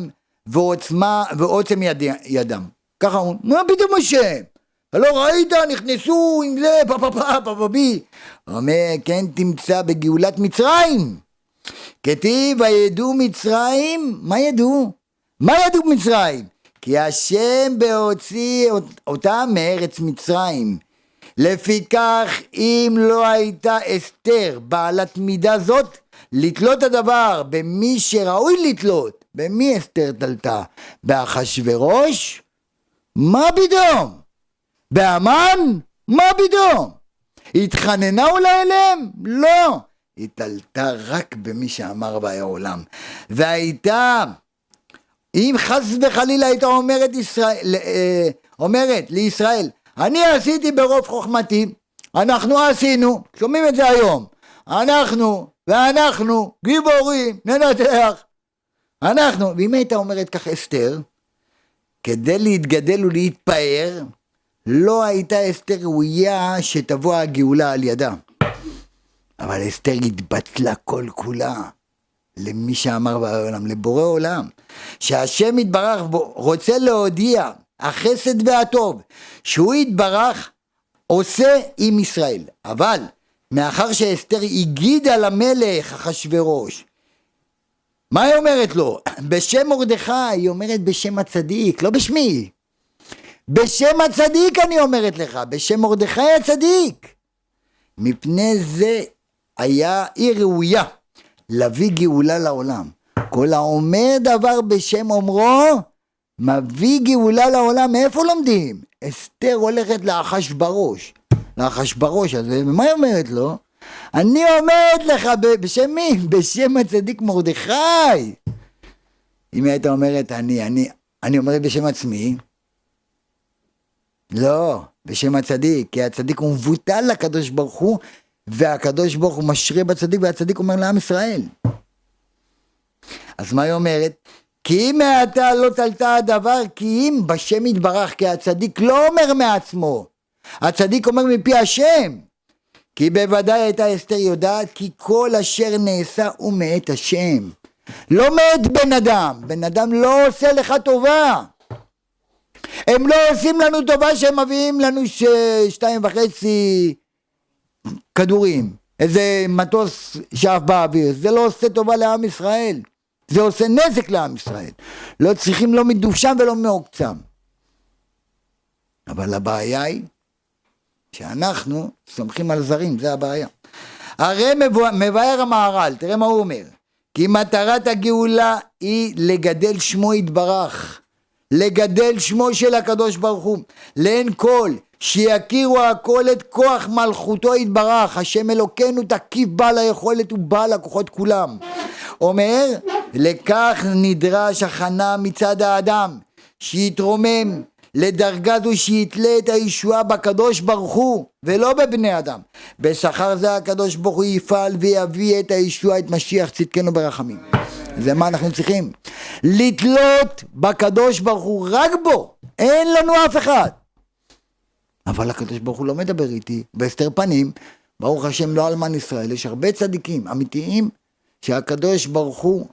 A: ועוצמה, ועוצם יד, ידם. ככה הוא, מה פתאום השם? לא ראית, נכנסו עם זה, פפה פפה פפה בי. הוא אומר, כן תמצא בגאולת מצרים. כתיב, וידעו מצרים, מה ידעו? מה ידעו מצרים? כי השם בהוציא אותם מארץ מצרים. לפיכך, אם לא הייתה אסתר בעלת מידה זאת, לתלות הדבר במי שראוי לתלות. במי אסתר תלתה? באחשוורוש? מה פתאום? בהמן? מה פתאום? התחננה אולי אליהם? לא. היא תלתה רק במי שאמר והיה עולם. והייתה, אם חס וחלילה הייתה אומרת, ישראל, אה, אומרת לישראל, אני עשיתי ברוב חוכמתי, אנחנו עשינו, שומעים את זה היום, אנחנו ואנחנו גיבורים, ננתח, אנחנו, ואם הייתה אומרת כך אסתר, כדי להתגדל ולהתפאר, לא הייתה אסתר ראויה שתבוא הגאולה על ידה. אבל אסתר התבטלה כל כולה למי שאמר בעולם, לבורא עולם, שהשם יתברך רוצה להודיע החסד והטוב שהוא יתברך עושה עם ישראל. אבל מאחר שאסתר הגידה למלך אחשוורוש, מה היא אומרת לו? בשם מרדכי, היא אומרת בשם הצדיק, לא בשמי. בשם הצדיק אני אומרת לך, בשם מרדכי הצדיק. מפני זה היה היא ראויה להביא גאולה לעולם. כל האומר דבר בשם אומרו, מביא גאולה לעולם. מאיפה לומדים? אסתר הולכת לאחשוורוש. לאחשוורוש, אז מה היא אומרת לו? אני אומרת לך, בשם מי? בשם הצדיק מרדכי. אם הייתה אומרת, אני, אני, אני אומרת בשם עצמי, לא, בשם הצדיק, כי הצדיק הוא מבוטל לקדוש ברוך הוא, והקדוש ברוך הוא משרה בצדיק, והצדיק אומר לעם ישראל. אז מה היא אומרת? כי אם מעתה לא תלתה הדבר, כי אם בשם יתברך, כי הצדיק לא אומר מעצמו, הצדיק אומר מפי השם, כי בוודאי הייתה אסתר יודעת, כי כל אשר נעשה הוא מאת השם, לא מאת בן אדם. בן אדם לא עושה לך טובה, הם לא עושים לנו טובה שהם מביאים לנו ש... שתיים וחצי כדורים, איזה מטוס שאף באוויר, זה לא עושה טובה לעם ישראל, זה עושה נזק לעם ישראל. לא צריכים לא מדושם ולא מעוקצם. אבל הבעיה היא שאנחנו סומכים על זרים, זה הבעיה. הרי מבאר המהר"ל, תראה מה הוא אומר, כי מטרת הגאולה היא לגדל שמו יתברך, לגדל שמו של הקדוש ברוך הוא, לעין כל שיכירו הכל את כוח מלכותו יתברך, השם אלוקינו תקיף בעל היכולת ובעל הכוחות כולם. אומר, לכך נדרש הכנה מצד האדם, שיתרומם לדרגה זו שיתלה את הישועה בקדוש ברוך הוא, ולא בבני אדם. בשכר זה הקדוש ברוך הוא יפעל ויביא את הישועה, את משיח צדקנו ברחמים. זה מה אנחנו צריכים, לתלות בקדוש ברוך הוא, רק בו, אין לנו אף אחד. אבל הקדוש ברוך הוא לא מדבר איתי בהסתר פנים, ברוך השם לא אלמן ישראל, יש הרבה צדיקים אמיתיים שהקדוש ברוך הוא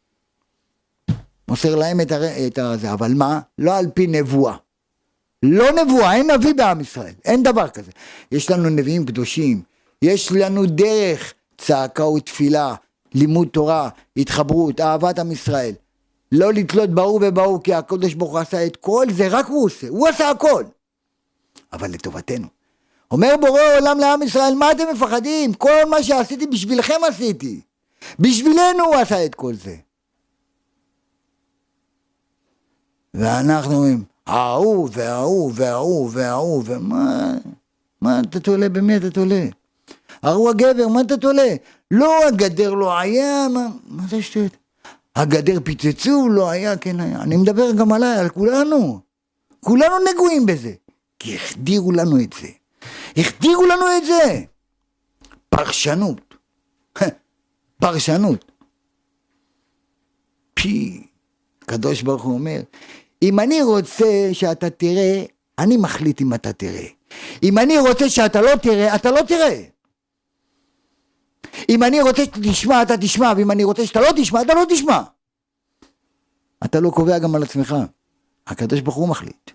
A: מוסר להם את, הר... את הזה, אבל מה? לא על פי נבואה, לא נבואה, אין נביא בעם ישראל, אין דבר כזה. יש לנו נביאים קדושים, יש לנו דרך צעקה ותפילה, לימוד תורה, התחברות, אהבת עם ישראל, לא לתלות ברור וברור, כי הקדוש ברוך הוא עשה את כל זה, רק הוא עושה, הוא עשה הכל, אבל לטובתנו. אומר בורא עולם לעם ישראל, מה אתם מפחדים? כל מה שעשיתי בשבילכם עשיתי, בשבילנו הוא עשה את כל זה. ואנחנו אומרים, ההוא וההוא וההוא וההוא, ומה, מה אתה תולה? במי אתה תולה? ההוא הגבר, מה אתה תולה? לא, הגדר לא היה, מה, מה זה שטות? הגדר פיצצו, לא היה, כן היה. אני מדבר גם עליי, על כולנו. כולנו נגועים בזה. כי החדירו לנו את זה. החדירו לנו את זה. פרשנות. פרשנות. פי, קדוש ברוך הוא אומר, אם אני רוצה שאתה תראה, אני מחליט אם אתה תראה. אם אני רוצה שאתה לא תראה, אתה לא תראה. אם אני רוצה שתשמע, אתה תשמע, ואם אני רוצה שאתה לא תשמע, אתה לא תשמע. אתה לא קובע גם על עצמך. הקדוש ברוך הוא מחליט.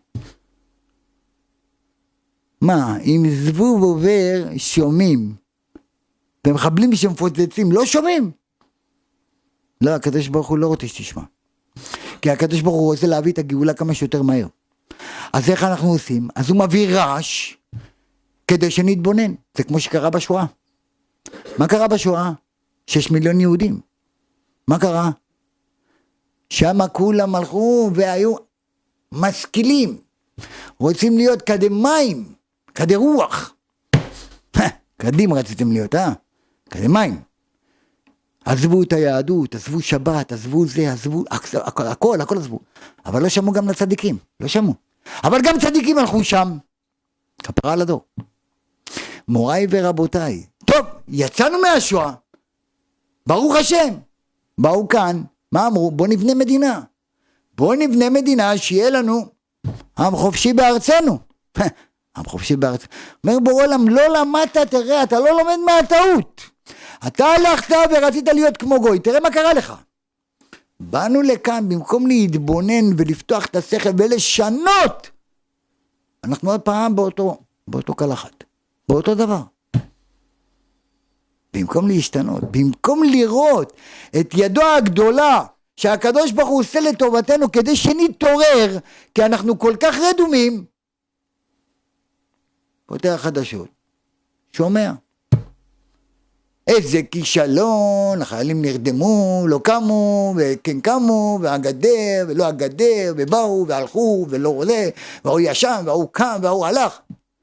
A: מה, אם זבוב עובר, שומעים. ומחבלים שמפוצצים, לא שומעים. לא, הקדוש ברוך הוא לא רוצה שתשמע. כי הקדוש ברוך הוא רוצה להביא את הגאולה כמה שיותר מהר. אז איך אנחנו עושים? אז הוא מביא רעש, כדי שנתבונן. זה כמו שקרה בשואה. מה קרה בשואה? שש מיליון יהודים. מה קרה? שם כולם הלכו והיו משכילים. רוצים להיות קדמיים, כדי רוח. קדים רציתם להיות, אה? קדמיים. עזבו את היהדות, עזבו שבת, עזבו זה, עזבו, הכל, הכל, הכל עזבו. אבל לא שמעו גם לצדיקים, לא שמעו. אבל גם צדיקים הלכו שם. כפרה על הדור. מוריי ורבותיי, טוב, יצאנו מהשואה. ברוך השם. באו כאן, מה אמרו? בוא נבנה מדינה. בוא נבנה מדינה שיהיה לנו עם חופשי בארצנו. עם חופשי בארצנו. אומר בורא עולם, לא למדת, תראה, אתה לא לומד מהטעות. אתה הלכת ורצית להיות כמו גוי, תראה מה קרה לך. באנו לכאן, במקום להתבונן ולפתוח את השכל ולשנות, אנחנו עוד פעם באותו, באותו קלחת, באותו דבר. במקום להשתנות, במקום לראות את ידו הגדולה, שהקדוש ברוך הוא עושה לטובתנו כדי שנתעורר, כי אנחנו כל כך רדומים, פותח חדשות, שומע. איזה כישלון, החיילים נרדמו, לא קמו, וכן קמו, והגדר, ולא הגדר, ובאו, והלכו, ולא עולה, והוא ישן, והוא קם, והוא הלך.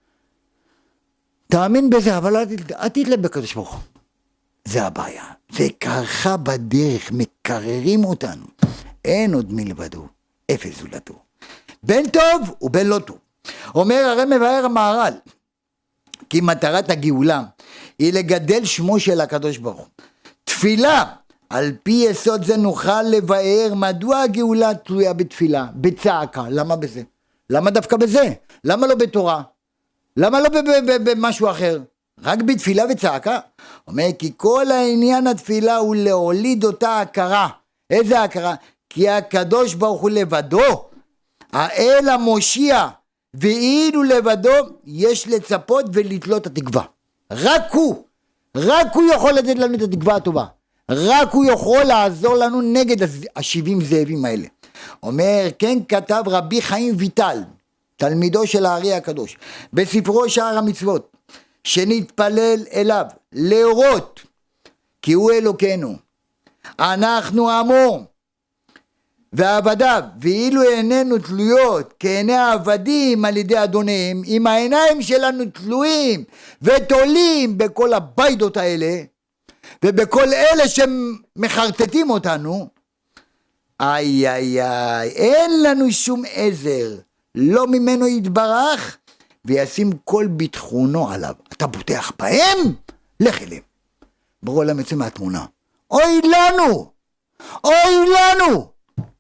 A: תאמין בזה, אבל אל תתלב בקדוש ברוך הוא. זה הבעיה. זה קרחה בדרך, מקררים אותנו. אין עוד מלבדו, אפס זולתו. בין טוב ובין לא טוב. אומר הרי מבאר המהר"ל, כי מטרת הגאולה היא לגדל שמו של הקדוש ברוך הוא. תפילה, על פי יסוד זה נוכל לבאר מדוע הגאולה תלויה בתפילה, בצעקה. למה בזה? למה דווקא בזה? למה לא בתורה? למה לא במשהו אחר? רק בתפילה וצעקה? אומר כי כל העניין התפילה הוא להוליד אותה הכרה. איזה הכרה? כי הקדוש ברוך הוא לבדו, האל המושיע, ואילו לבדו יש לצפות ולתלות התקווה. רק הוא, רק הוא יכול לתת לנו את התקווה הטובה. רק הוא יכול לעזור לנו נגד השבעים זאבים האלה. אומר, כן כתב רבי חיים ויטל, תלמידו של הארי הקדוש, בספרו שער המצוות, שנתפלל אליו, להורות, כי הוא אלוקנו. אנחנו עמו, ועבדיו, ואילו עינינו תלויות כעיני העבדים על ידי אדוניהם, אם העיניים שלנו תלויים ותולים בכל הביידות האלה, ובכל אלה שמחרטטים אותנו, איי איי איי, אין לנו שום עזר, לא ממנו יתברך, וישים כל ביטחונו עליו. אתה בוטח בהם? לך אליהם. ברור להם יצא מהתמונה. אוי לנו! אוי לנו!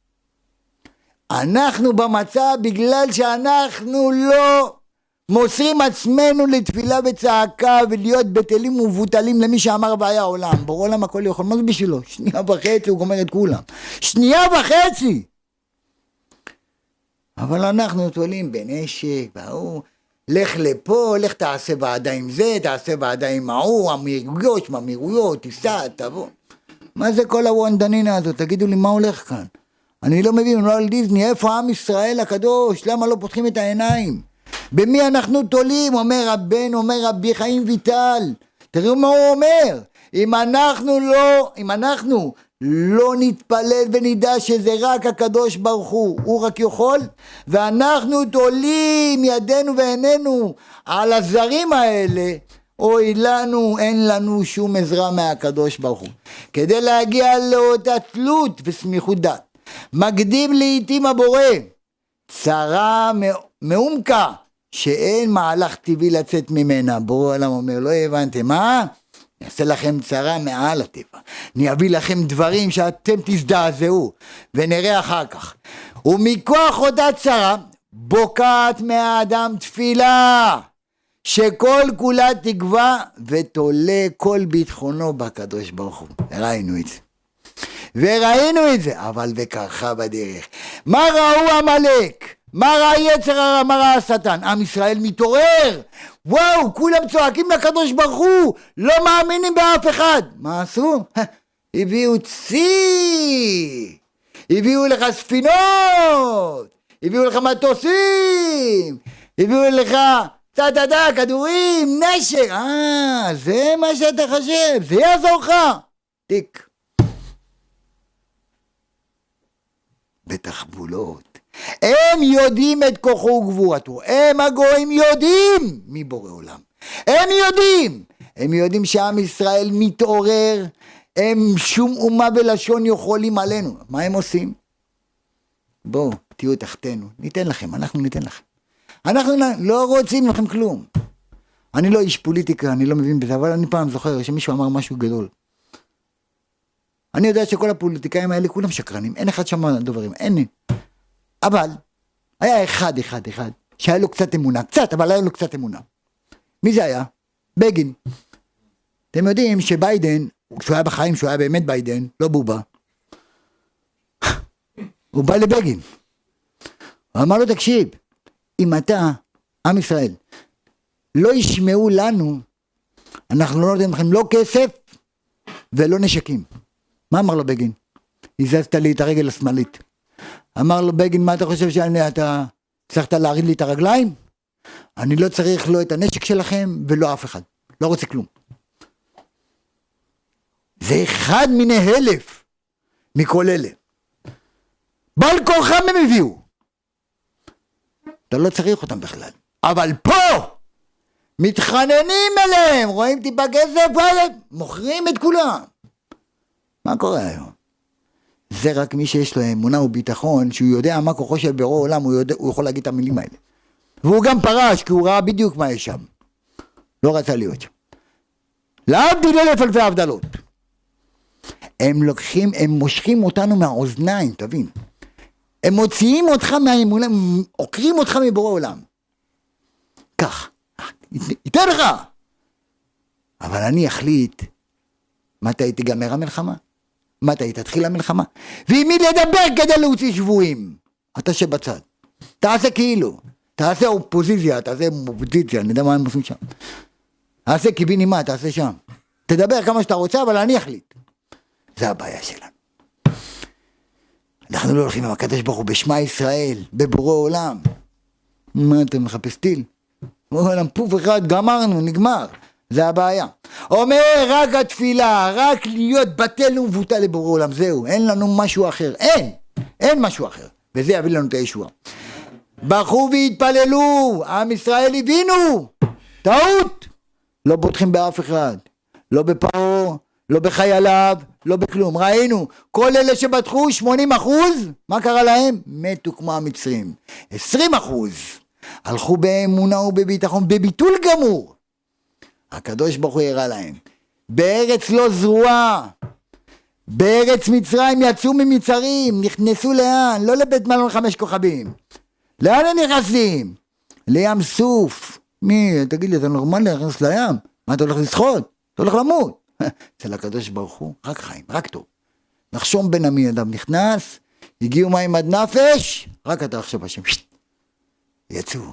A: אנחנו במצב בגלל שאנחנו לא מוסרים עצמנו לתפילה וצעקה ולהיות בטלים ובוטלים למי שאמר והיה העולם. ברור להם הכל יכול. מה זה בשבילו? שנייה וחצי הוא גומר את כולם. שנייה וחצי! אבל אנחנו תולים בנשק, והוא, לך לפה, לך תעשה ועדה עם זה, תעשה ועדה עם ההוא, אמירויות, אמירויות, תיסע, תבוא. מה זה כל הוונדנינה הזאת? תגידו לי מה הולך כאן? אני לא מבין, לא על דיזני, איפה עם ישראל הקדוש? למה לא פותחים את העיניים? במי אנחנו תולים? אומר רבן, אומר רבי חיים ויטל. תראו מה הוא אומר. אם אנחנו לא, אם אנחנו לא נתפלל ונדע שזה רק הקדוש ברוך הוא, הוא רק יכול, ואנחנו תולים ידינו ועינינו על הזרים האלה, אוי לנו, אין לנו שום עזרה מהקדוש ברוך הוא. כדי להגיע לאותה תלות וסמיכות דת, מקדים לעתים הבורא צרה מעומקה שאין מהלך טבעי לצאת ממנה. בורא עולם אומר, לא הבנתם, מה? אני אעשה לכם צרה מעל הטבע, אני אביא לכם דברים שאתם תזדעזעו ונראה אחר כך. ומכוח אותה צרה בוקעת מהאדם תפילה שכל כולה תקווה ותולה כל ביטחונו בקדוש ברוך הוא. ראינו את זה. וראינו את זה, אבל וקרחה בדרך. מה ראו המלאק? מה ראה יצר הרע? מה ראה השטן? עם ישראל מתעורר, וואו, כולם צועקים לקדוש ברוך הוא, לא מאמינים באף אחד. מה עשו? הביאו צי, הביאו לך ספינות, הביאו לך מטוסים, הביאו לך תדדה, כדורים, נשק. אה, זה מה שאתה חושב, זה יעזור לך. תיק. בתחבולות. הם יודעים את כוחו וגבורתו, הם הגויים יודעים מבורא עולם, הם יודעים, הם יודעים שעם ישראל מתעורר, הם שום אומה ולשון יכולים עלינו. מה הם עושים? בואו תהיו תחתנו, ניתן לכם, אנחנו ניתן לכם, אנחנו לא רוצים לכם כלום. אני לא איש פוליטיקה, אני לא מבין בזה, אבל אני פעם זוכר שמישהו אמר משהו גדול. אני יודע שכל הפוליטיקאים האלה כולם שקרנים, אין אחד שם דוברים, אין. אבל היה אחד אחד אחד שהיה לו קצת אמונה, קצת, אבל היה לו קצת אמונה. מי זה היה? בגין. אתם יודעים שביידן, כשהוא היה בחיים, שהוא היה באמת ביידן, לא בובה, הוא בא לבגין, הוא אמר לו, תקשיב, אם אתה, עם ישראל, לא ישמעו לנו, אנחנו לא נותנים לכם לא כסף ולא נשקים. מה אמר לו בגין? הזזת לי את הרגל השמאלית. אמר לו בגין, מה אתה חושב שאתה צריכת להריד לי את הרגליים? אני לא צריך לא את הנשק שלכם ולא אף אחד, לא רוצה כלום. זה אחד מיני אלף מכל אלה, בעל כורחם הם הביאו, אתה לא צריך אותם בכלל, אבל פה מתחננים אליהם, רואים טיפה כסף, מוכרים את כולם. מה קורה היום? זה רק מי שיש לו אמונה וביטחון, שהוא יודע מה כוחו של בורא עולם, הוא, יודע, הוא יכול להגיד את המילים האלה. והוא גם פרש, כי הוא ראה בדיוק מה יש שם. לא רצה להיות שם. להבדיל אלף אלפי הבדלות. הם לוקחים, הם מושכים אותנו מהאוזניים, תבין. הם מוציאים אותך מהאמונה, הם עוקרים אותך מבורא עולם. כך. ייתן לך. אבל אני אחליט, מתי תיגמר המלחמה? מתי תתחיל המלחמה? ועם מי לדבר כדי להוציא שבויים? אתה שבצד. תעשה כאילו. תעשה אופוזיציה, תעשה אופוזיציה, אני יודע מה הם עושים שם. תעשה קיבינימה, תעשה שם. תדבר כמה שאתה רוצה, אבל אני אחליט. זה הבעיה שלנו. אנחנו לא הולכים עם הקדוש ברוך הוא בשמה ישראל, בבורא עולם. מה אתה מחפש טיל? עולם פוף אחד, גמרנו, נגמר. זה הבעיה. אומר רק התפילה, רק להיות בטל ומבוטל לבורא עולם, זהו, אין לנו משהו אחר, אין, אין משהו אחר, וזה יביא לנו את הישועה. בכו והתפללו, עם ישראל הבינו, טעות, לא בוטחים באף אחד, לא בפרעה, לא בחייליו, לא בכלום. ראינו, כל אלה שבטחו שמונים אחוז, מה קרה להם? מתו כמו המצרים. עשרים אחוז הלכו באמונה ובביטחון, בביטול גמור. הקדוש ברוך הוא הראה להם, בארץ לא זרועה, בארץ מצרים יצאו ממצרים, נכנסו לאן? לא לבית מלון חמש כוכבים. לאן הם נכנסים? לים סוף. מי? תגיד לי, אתה נורמלי להכנס לים? מה, אתה הולך לשחות? אתה הולך למות? אצל הקדוש ברוך הוא, רק חיים, רק טוב. נחשום בין עמי אדם נכנס, הגיעו מים עד נפש, רק אתה עכשיו השם. יצאו.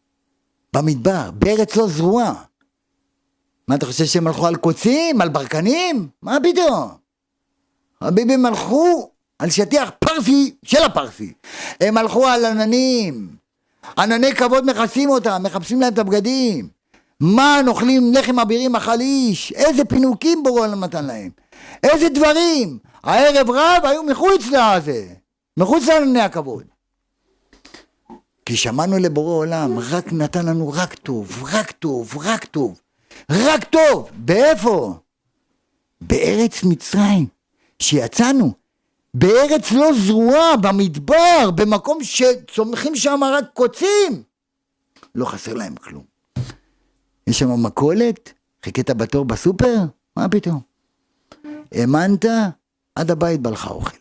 A: במדבר, בארץ לא זרועה. מה אתה חושב שהם הלכו על קוצים, על ברקנים? מה פתאום? הביבים הלכו על שטיח פרסי של הפרסי. הם הלכו על עננים. ענני כבוד מכסים אותם, מחפשים להם את הבגדים. מה נאכלים לחם אבירים אכל איש? איזה פינוקים בורא עולם נתן להם? איזה דברים? הערב רב היו מחוץ לזה, מחוץ לענני הכבוד. כי שמענו לבורא עולם, רק נתן לנו רק טוב, רק טוב, רק טוב. רק טוב, באיפה? בארץ מצרים, שיצאנו, בארץ לא זרועה, במדבר, במקום שצומחים שם רק קוצים, לא חסר להם כלום. יש שם מקולת, חיכית בתור בסופר, מה פתאום? האמנת, עד הבית בא לך אוכל.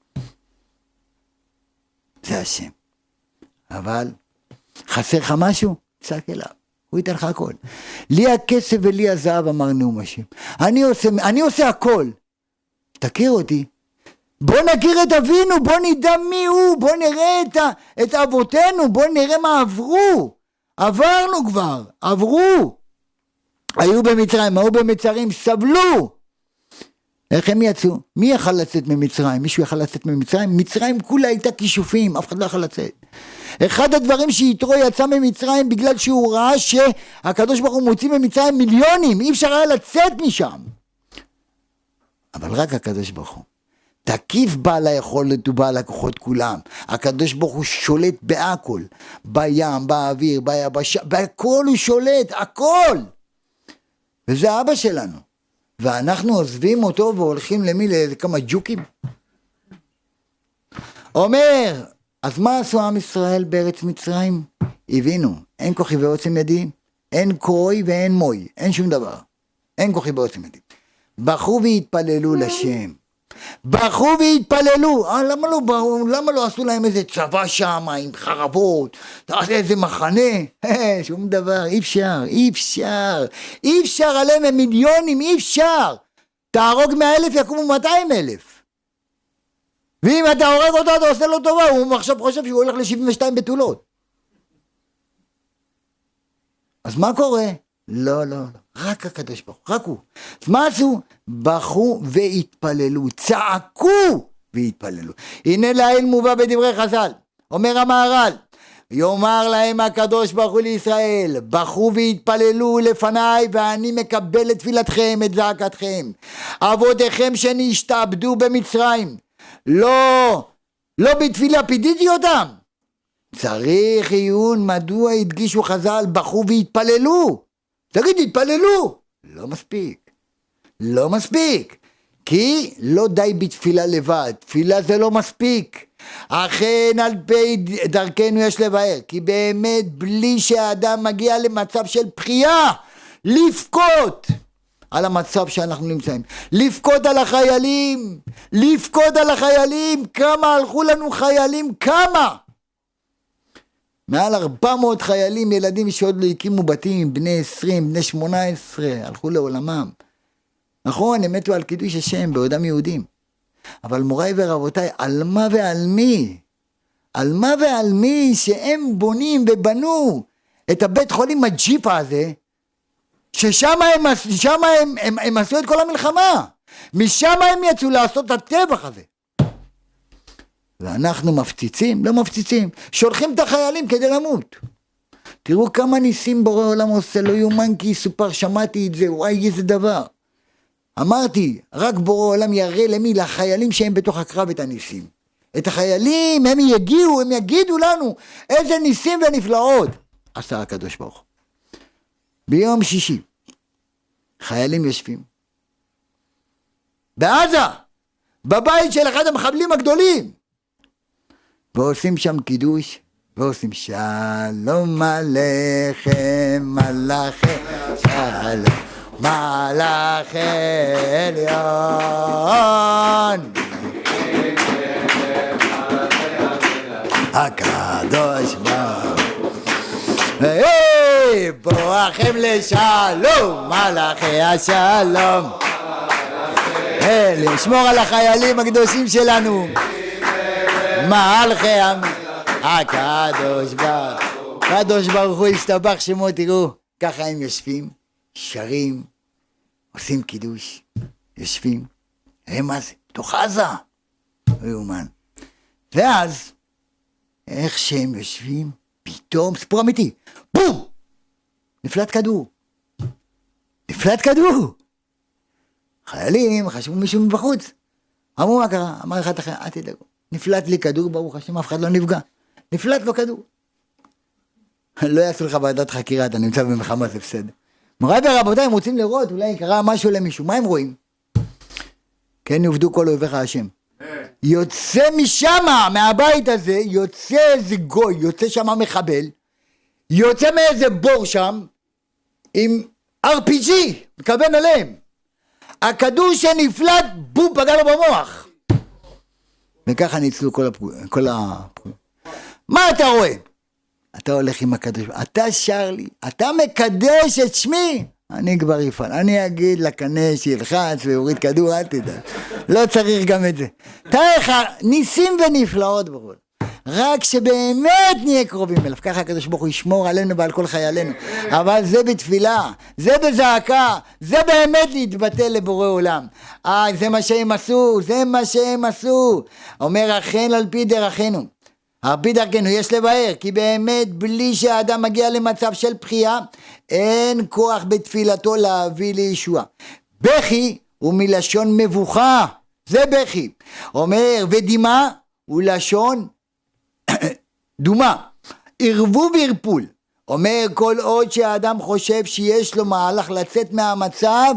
A: זה השם. אבל חסר לך משהו? צעק אליו. הוא ייתן לך הכל. לי הכסף ולי הזהב, אמר נאום השם. אני עושה, אני עושה הכל. תכיר אותי. בוא נכיר את אבינו, בוא נדע מי הוא, בוא נראה את, ה, את אבותינו, בוא נראה מה עברו. עברנו כבר, עברו. היו במצרים, היו במצרים, סבלו. איך הם יצאו? מי יכל לצאת ממצרים? מישהו יכל לצאת ממצרים? מצרים כולה הייתה כישופים, אף אחד לא יכל לצאת. אחד הדברים שיתרו יצא ממצרים בגלל שהוא ראה שהקדוש ברוך הוא מוציא ממצרים מיליונים, אי אפשר היה לצאת משם. אבל רק הקדוש ברוך הוא. תקיף בעל היכולת ובעל הכוחות כולם. הקדוש ברוך הוא שולט בהכל. בים, באוויר, ביבשה, בהכל הוא שולט, הכל. וזה אבא שלנו. ואנחנו עוזבים אותו והולכים למי? לכמה ג'וקים? אומר, אז מה עשו עם ישראל בארץ מצרים? הבינו, אין כוחי ועוצם ידי, אין קוי ואין מוי, אין שום דבר. אין כוחי ועוצם ידי. בכו והתפללו לשם. בכו והתפללו. אה, למה לא באו? למה לא עשו להם איזה צבא שם עם חרבות? תעשה איזה מחנה? שום דבר, אי אפשר, אי אפשר. אי אפשר עליהם הם מיליונים, אי אפשר. תהרוג מאה אלף יקומו מאתיים אלף. ואם אתה הורג אותו אתה עושה לו טובה, הוא עכשיו חושב שהוא הולך ל-שבעים ושתיים בתולות. אז מה קורה? לא, לא, לא. רק הקדוש ברוך הוא, רק הוא. אז מה עשו? בכו והתפללו, צעקו והתפללו. הנה לעיל מובא בדברי חז"ל, אומר המהר"ל, יאמר להם הקדוש ברוך הוא לישראל, בכו והתפללו לפניי ואני מקבל את תפילתכם, את זעקתכם. אבותיכם שנשתעבדו במצרים, לא, לא בתפילה פידיתי אותם. צריך עיון מדוע הדגישו חז"ל, בכו והתפללו. תגיד, התפללו. לא מספיק. לא מספיק. כי לא די בתפילה לבד. תפילה זה לא מספיק. אכן על פי דרכנו יש לבאר. כי באמת בלי שהאדם מגיע למצב של בחייה, לפקוד על המצב שאנחנו נמצאים. לפקוד על החיילים. לפקוד על החיילים. כמה הלכו לנו חיילים? כמה? מעל ארבע מאות חיילים, ילדים שעוד לא הקימו בתים, בני עשרים, בני שמונה עשרה, הלכו לעולמם. נכון, הם מתו על קידוש השם בעודם יהודים. אבל מוריי ורבותיי, על מה ועל מי? על מה ועל מי שהם בונים ובנו את הבית חולים הג'יפה הזה, ששם הם, שמה הם, הם, הם עשו את כל המלחמה. משם הם יצאו לעשות את הטבח הזה. ואנחנו מפציצים, לא מפציצים, שולחים את החיילים כדי למות. תראו כמה ניסים בורא עולם עושה, לא יומן כי סופר, שמעתי את זה, וואי איזה דבר. אמרתי, רק בורא עולם יראה למי? לחיילים שהם בתוך הקרב את הניסים. את החיילים, הם יגיעו, הם יגידו לנו איזה ניסים ונפלאות. עשה הקדוש ברוך הוא. ביום שישי, חיילים יושבים. בעזה, בבית של אחד המחבלים הגדולים. ועושים שם קידוש, ועושים שלום עליכם, מלאכי שלום, מלאכי עליון. הקדוש ברוך הוא, בואכם לשלום, מלאכי השלום. לשמור על החיילים הקדושים שלנו. מלכי הקדוש ברוך הוא, הקדוש ברוך הוא ישתבח שמו. תראו, ככה הם יושבים, שרים, עושים קידוש, יושבים, הם מה זה? תוך עזה, לא יאומן. ואז, איך שהם יושבים, פתאום, סיפור אמיתי, בום! נפלט כדור. נפלט כדור. חיילים חשבו מישהו מבחוץ. אמרו מה קרה? אמר אחד אחר, אל תדאגו. נפלט לי כדור, ברוך השם, אף אחד לא נפגע. נפלט לו כדור. לא יעשו לך ועדת חקירה, אתה נמצא במלחמה, זה בסדר. מוריי ורבותיי, הם רוצים לראות, אולי קרה משהו למישהו. מה הם רואים? כן, יעבדו כל אויביך השם. יוצא משם, מהבית הזה, יוצא איזה גוי, יוצא שם מחבל, יוצא מאיזה בור שם, עם אר פי ג'י, מכוון עליהם. הכדור שנפלט, בום, פגע לו במוח. וככה ניצלו כל הפגוע, כל הפגוע. מה אתה רואה? אתה הולך עם הקדוש, אתה שר לי, אתה מקדש את שמי. אני כבר אפעל, אני אגיד לקנה שילחץ ויוריד כדור, אל תדע, לא צריך גם את זה. תראה לך, ניסים ונפלאות ברור. רק שבאמת נהיה קרובים אליו, ככה הקדוש ברוך הוא ישמור עלינו ועל כל חיילינו, אבל זה בתפילה, זה בזעקה, זה באמת להתבטא לבורא עולם. אה, זה מה שהם עשו, זה מה שהם עשו. אומר אכן על פי דרכנו, על פי דרכנו יש לבאר, כי באמת בלי שהאדם מגיע למצב של בחייה, אין כוח בתפילתו להביא לישוע. בכי הוא מלשון מבוכה, זה בכי. אומר ודמעה הוא לשון דומה, ערבו וערפול. אומר כל עוד שהאדם חושב שיש לו מהלך לצאת מהמצב,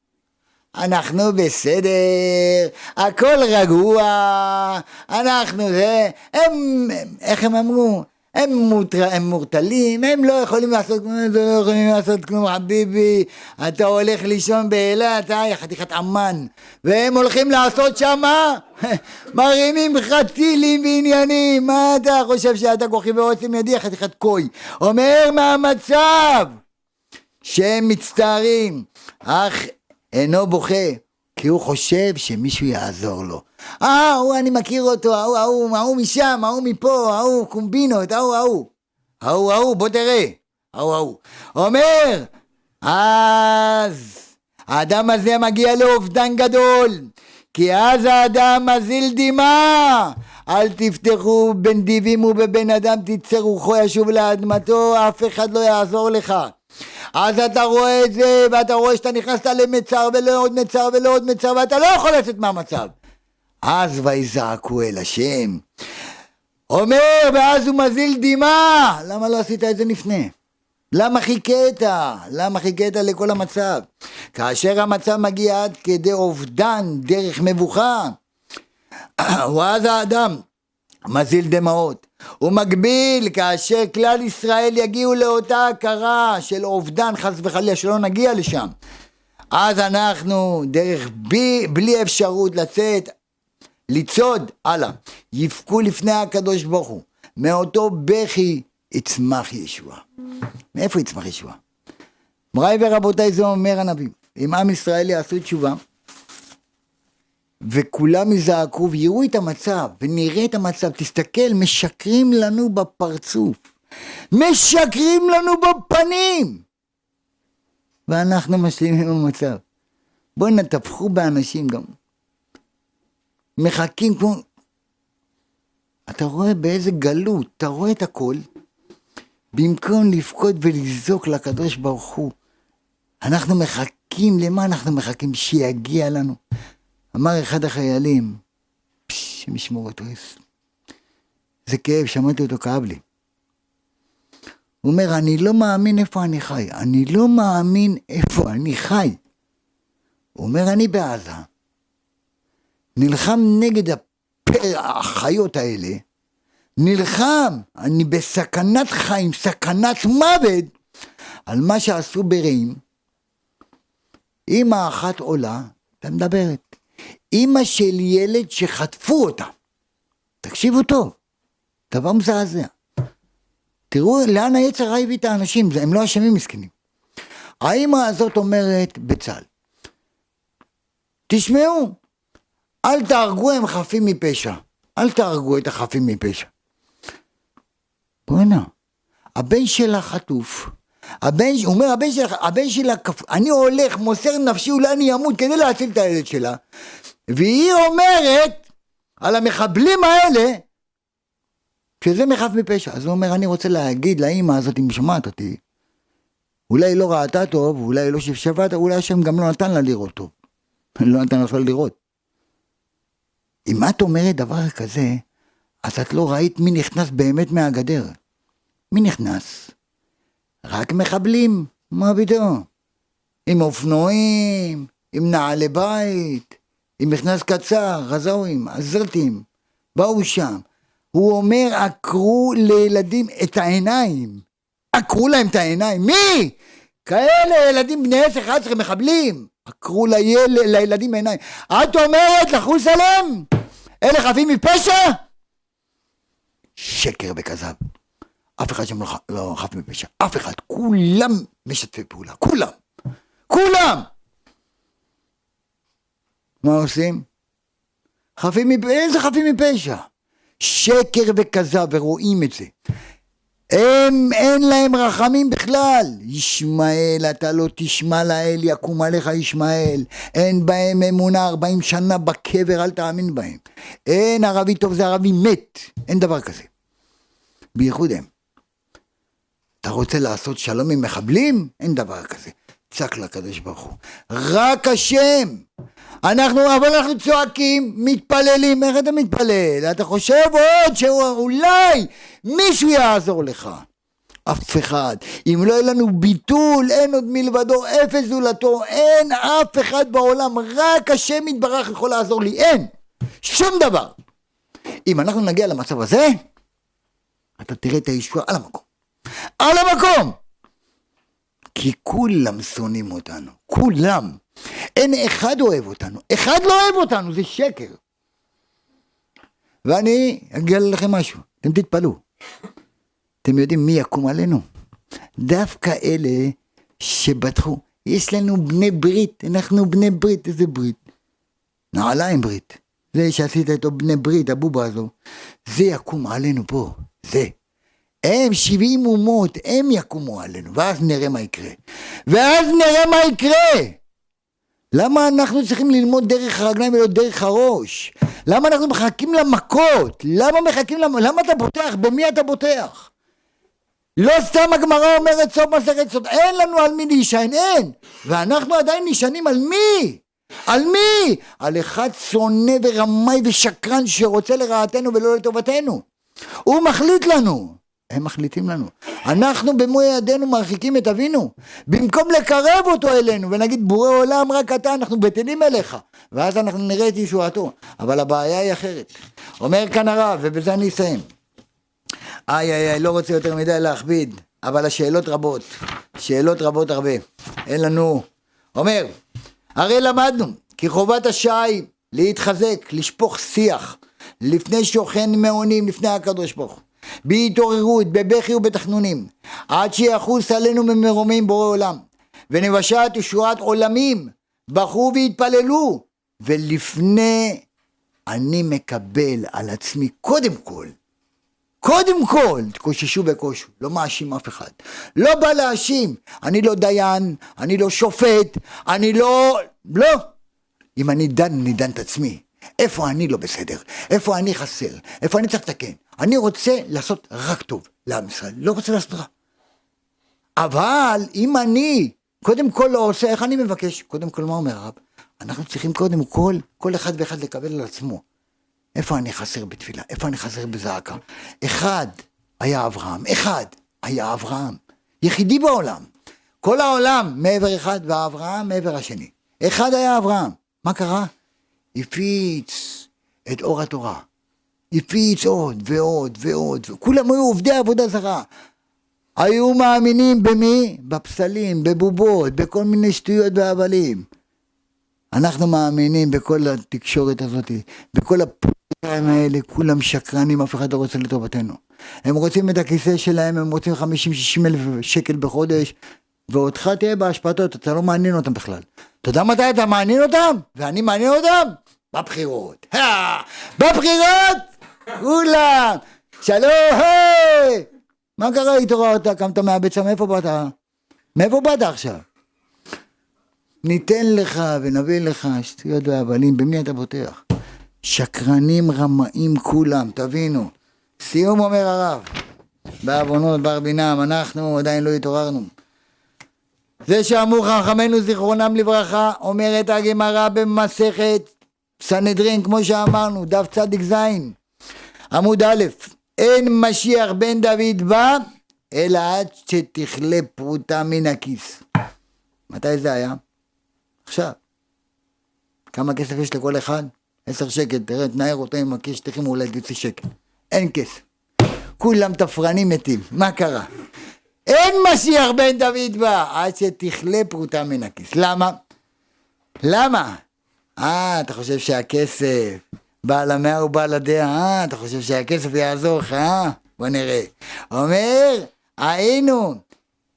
A: אנחנו בסדר, הכל רגוע, אנחנו זה, הם, איך הם אמרו? הם, מוטר, הם מורטלים, הם לא יכולים לעשות, לא יכולים לעשות כלום, חביבי, אתה הולך לישון באילת, אתה חתיכת אמן, והם הולכים לעשות שמה, מרימים לך טילים ועניינים, מה אתה חושב שאתה כוחי ועוצם ידי, חתיכת קוי, אומר מהמצב, שהם מצטערים, אך אינו בוכה, כי הוא חושב שמישהו יעזור לו. אה, הוא, אני מכיר אותו, ההוא, ההוא, ההוא משם, ההוא מפה, ההוא, קומבינות, ההוא, ההוא. ההוא, ההוא, בוא תראה. ההוא, ההוא. אומר, אז האדם הזה מגיע לאובדן גדול, כי אז האדם מזיל דמעה. אל תפתחו בין דיבים ובבין אדם תצא רוחו ישוב לאדמתו, אף אחד לא יעזור לך. אז אתה רואה את זה, ואתה רואה שאתה נכנסת למצר ולא עוד מצר ולא עוד מצר, ואתה לא יכול לצאת מהמצב. אז ויזעקו אל השם. אומר, ואז הוא מזיל דמעה. למה לא עשית את זה לפני? למה חיכית? למה חיכית לכל המצב? כאשר המצב מגיע עד כדי אובדן דרך מבוכה, ואז האדם מזיל דמעות. הוא מגביל כאשר כלל ישראל יגיעו לאותה הכרה של אובדן, חס וחלילה שלא נגיע לשם. אז אנחנו דרך בי, בלי אפשרות לצאת, לצעוד הלאה, יפקו לפני הקדוש ברוך הוא. מאותו בכי יצמח ישוע. מאיפה יצמח ישוע? מוריי ורבותיי, זה אומר הנביא, אם עם ישראל יעשו תשובה, וכולם יזעקו ויראו את המצב, ונראה את המצב, תסתכל, משקרים לנו בפרצוף, משקרים לנו בפנים, ואנחנו משלימים עם המצב. בואו נטפחו באנשים גם, מחכים כמו, אתה רואה באיזה גלות, אתה רואה את הכל, במקום לפקוד ולזעוק לקדוש ברוך הוא, אנחנו מחכים, למה אנחנו מחכים? שיגיע לנו. אמר אחד החיילים, שמשמור אותו, זה כאב, שמעתי אותו, כאב לי. הוא אומר, אני לא מאמין איפה אני חי, אני לא מאמין איפה אני חי. הוא אומר, אני בעזה, נלחם נגד החיות האלה, נלחם, אני בסכנת חיים, סכנת מוות, על מה שעשו ברעים. אמא אחת עולה, ומדברת. אמא של ילד שחטפו אותה. תקשיבו טוב, דבר מזעזע. תראו לאן היצר הרע הביא את האנשים, הם לא אשמים מסכנים. האמא הזאת אומרת בצה"ל, תשמעו, אל תהרגו, הם חפים מפשע. אל תהרגו את החפים מפשע. בוא'נה, הבן שלה חטוף. הבן, הוא אומר, הבן שלה, הבן שלה, אני הולך, מוסר נפשי, אולי אני אמות כדי להציל את הילד שלה. והיא אומרת על המחבלים האלה, שזה מחף מפשע. אז הוא אומר, אני רוצה להגיד לאמא הזאת, אם שומעת אותי, אולי היא לא ראתה טוב, אולי היא לא שפשפת, אולי השם גם לא נתן לה לראות טוב. לא נתן לה לראות. אם את אומרת דבר כזה, אז את לא ראית מי נכנס באמת מהגדר. מי נכנס? רק מחבלים, מה פתאום? עם אופנועים, עם נעלי בית, עם מכנס קצר, רזורים, עזרתים, באו שם. הוא אומר, עקרו לילדים את העיניים. עקרו להם את העיניים. מי? כאלה ילדים בני עשר אחד עשרה מחבלים. עקרו ליל, לילדים העיניים. את אומרת לחוס עליהם? אלה חפים מפשע? שקר וכזב. אף אחד שם לא, לא חף מפשע. אף אחד. כולם משתפי פעולה. כולם. כולם. מה עושים? חפים מפשע, איזה חפים מפשע? שקר וכזב, ורואים את זה. הם, אין להם רחמים בכלל. ישמעאל, אתה לא תשמע לאל, יקום עליך ישמעאל. אין בהם אמונה, ארבעים שנה בקבר, אל תאמין בהם. אין ערבי טוב, זה ערבי מת. אין דבר כזה. בייחוד הם. אתה רוצה לעשות שלום עם מחבלים? אין דבר כזה. צק לקדוש ברוך הוא. רק השם. אנחנו, אבל אנחנו צועקים, מתפללים. איך אתה מתפלל? אתה חושב עוד שאולי מישהו יעזור לך. אף אחד. אם לא יהיה לנו ביטול, אין עוד מלבדו, אפס זולתו, אין אף אחד בעולם, רק השם יתברך יכול לעזור לי. אין. שום דבר. אם אנחנו נגיע למצב הזה, אתה תראה את הישועה על המקום. על המקום. כי כולם שונאים אותנו. כולם. אין אחד אוהב אותנו. אחד לא אוהב אותנו, זה שקר. ואני אגיע לכם משהו. אתם תתפלו. אתם יודעים מי יקום עלינו? דווקא אלה שבטחו. יש לנו בני ברית. אנחנו בני ברית. איזה ברית? נעליים ברית. זה שעשית איתו בני ברית, הבובה הזו. זה יקום עלינו פה. זה. הם שבעים אומות, הם יקומו עלינו, ואז נראה מה יקרה. ואז נראה מה יקרה. למה אנחנו צריכים ללמוד דרך הרגליים ולא דרך הראש? למה אנחנו מחכים למכות? למה מחכים למכות? למה אתה בוטח? במי אתה בוטח? לא סתם הגמרא אומרת סוף מסכת סוד, אין לנו על מי להישען, אין. ואנחנו עדיין נשענים על מי? על מי? על אחד שונא ורמאי ושקרן שרוצה לרעתנו ולא לטובתנו. הוא מחליט לנו. הם מחליטים לנו. אנחנו במו ידינו מרחיקים את אבינו. במקום לקרב אותו אלינו ונגיד בורא עולם רק אתה, אנחנו בטלים אליך. ואז אנחנו נראה את ישועתו. אבל הבעיה היא אחרת. אומר כאן הרב, ובזה אני אסיים. איי איי איי, לא רוצה יותר מדי להכביד. אבל השאלות רבות. שאלות רבות הרבה. אין לנו. אומר, הרי למדנו כי חובת השעה להתחזק, לשפוך שיח. לפני שוכן מעונים, לפני הקדוש ברוך הוא. בהתעוררות, בבכי ובתחנונים, עד שיחוס עלינו ממרומים בורא עולם, ונבשת ישועת עולמים, בכו והתפללו, ולפני אני מקבל על עצמי קודם כל, קודם כל, תקוששו בקושו, לא מאשים אף אחד, לא בא להאשים, אני לא דיין, אני לא שופט, אני לא, לא, אם אני דן, אני דן את עצמי, איפה אני לא בסדר, איפה אני חסר, איפה אני צריך לתקן, אני רוצה לעשות רק טוב לעם ישראל, לא רוצה לעשות רע. אבל אם אני קודם כל לא עושה, איך אני מבקש? קודם כל מה אומר הרב? אנחנו צריכים קודם כל, כל אחד ואחד לקבל על עצמו. איפה אני חסר בתפילה? איפה אני חסר בזעקה? אחד היה אברהם, אחד היה אברהם, יחידי בעולם. כל העולם מעבר אחד ואברהם מעבר השני. אחד היה אברהם. מה קרה? הפיץ את אור התורה. הפיץ עוד ועוד ועוד, כולם היו עובדי עבודה זרה, היו מאמינים במי? בפסלים, בבובות, בכל מיני שטויות והבלים. אנחנו מאמינים בכל התקשורת הזאת, בכל הפרטים האלה, כולם שקרנים, אף אחד לא רוצה לטובתנו. הם רוצים את הכיסא שלהם, הם רוצים חמישים שישים אלף שקל בחודש, ואותך תהיה בהשפעתות, אתה לא מעניין אותם בכלל. אתה יודע מתי אתה מעניין אותם? ואני מעניין אותם? בבחירות. בבחירות! כולם! שלום! היי! מה קרה? התעוררת? קמת מהבית שם? מאיפה באת? מאיפה באת עכשיו? ניתן לך ונביא לך שטויות והבלים. במי אתה בוטח? שקרנים רמאים כולם, תבינו. סיום אומר הרב. בעוונות בר בינם, אנחנו עדיין לא התעוררנו. זה שאמרו חכמינו זיכרונם לברכה, אומרת הגמרא במסכת סנהדרין, כמו שאמרנו, דף צדיק זין, עמוד א', אין משיח בן דוד בא, אלא עד שתכלה פרוטה מן הכיס. מתי זה היה? עכשיו. כמה כסף יש לכל אחד? עשר שקל, תראה, תנער אותו עם הכיס, שתכם אולי תוציא שקל. אין כסף. כולם תפרנים מתים. מה קרה? אין משיח בן דוד בא, עד שתכלה פרוטה מן הכיס. למה? למה? אה, אתה חושב שהכסף בעל המאה הוא בעל הדעה, אה, אתה חושב שהכסף יעזור לך, אה? בוא נראה. אומר, היינו,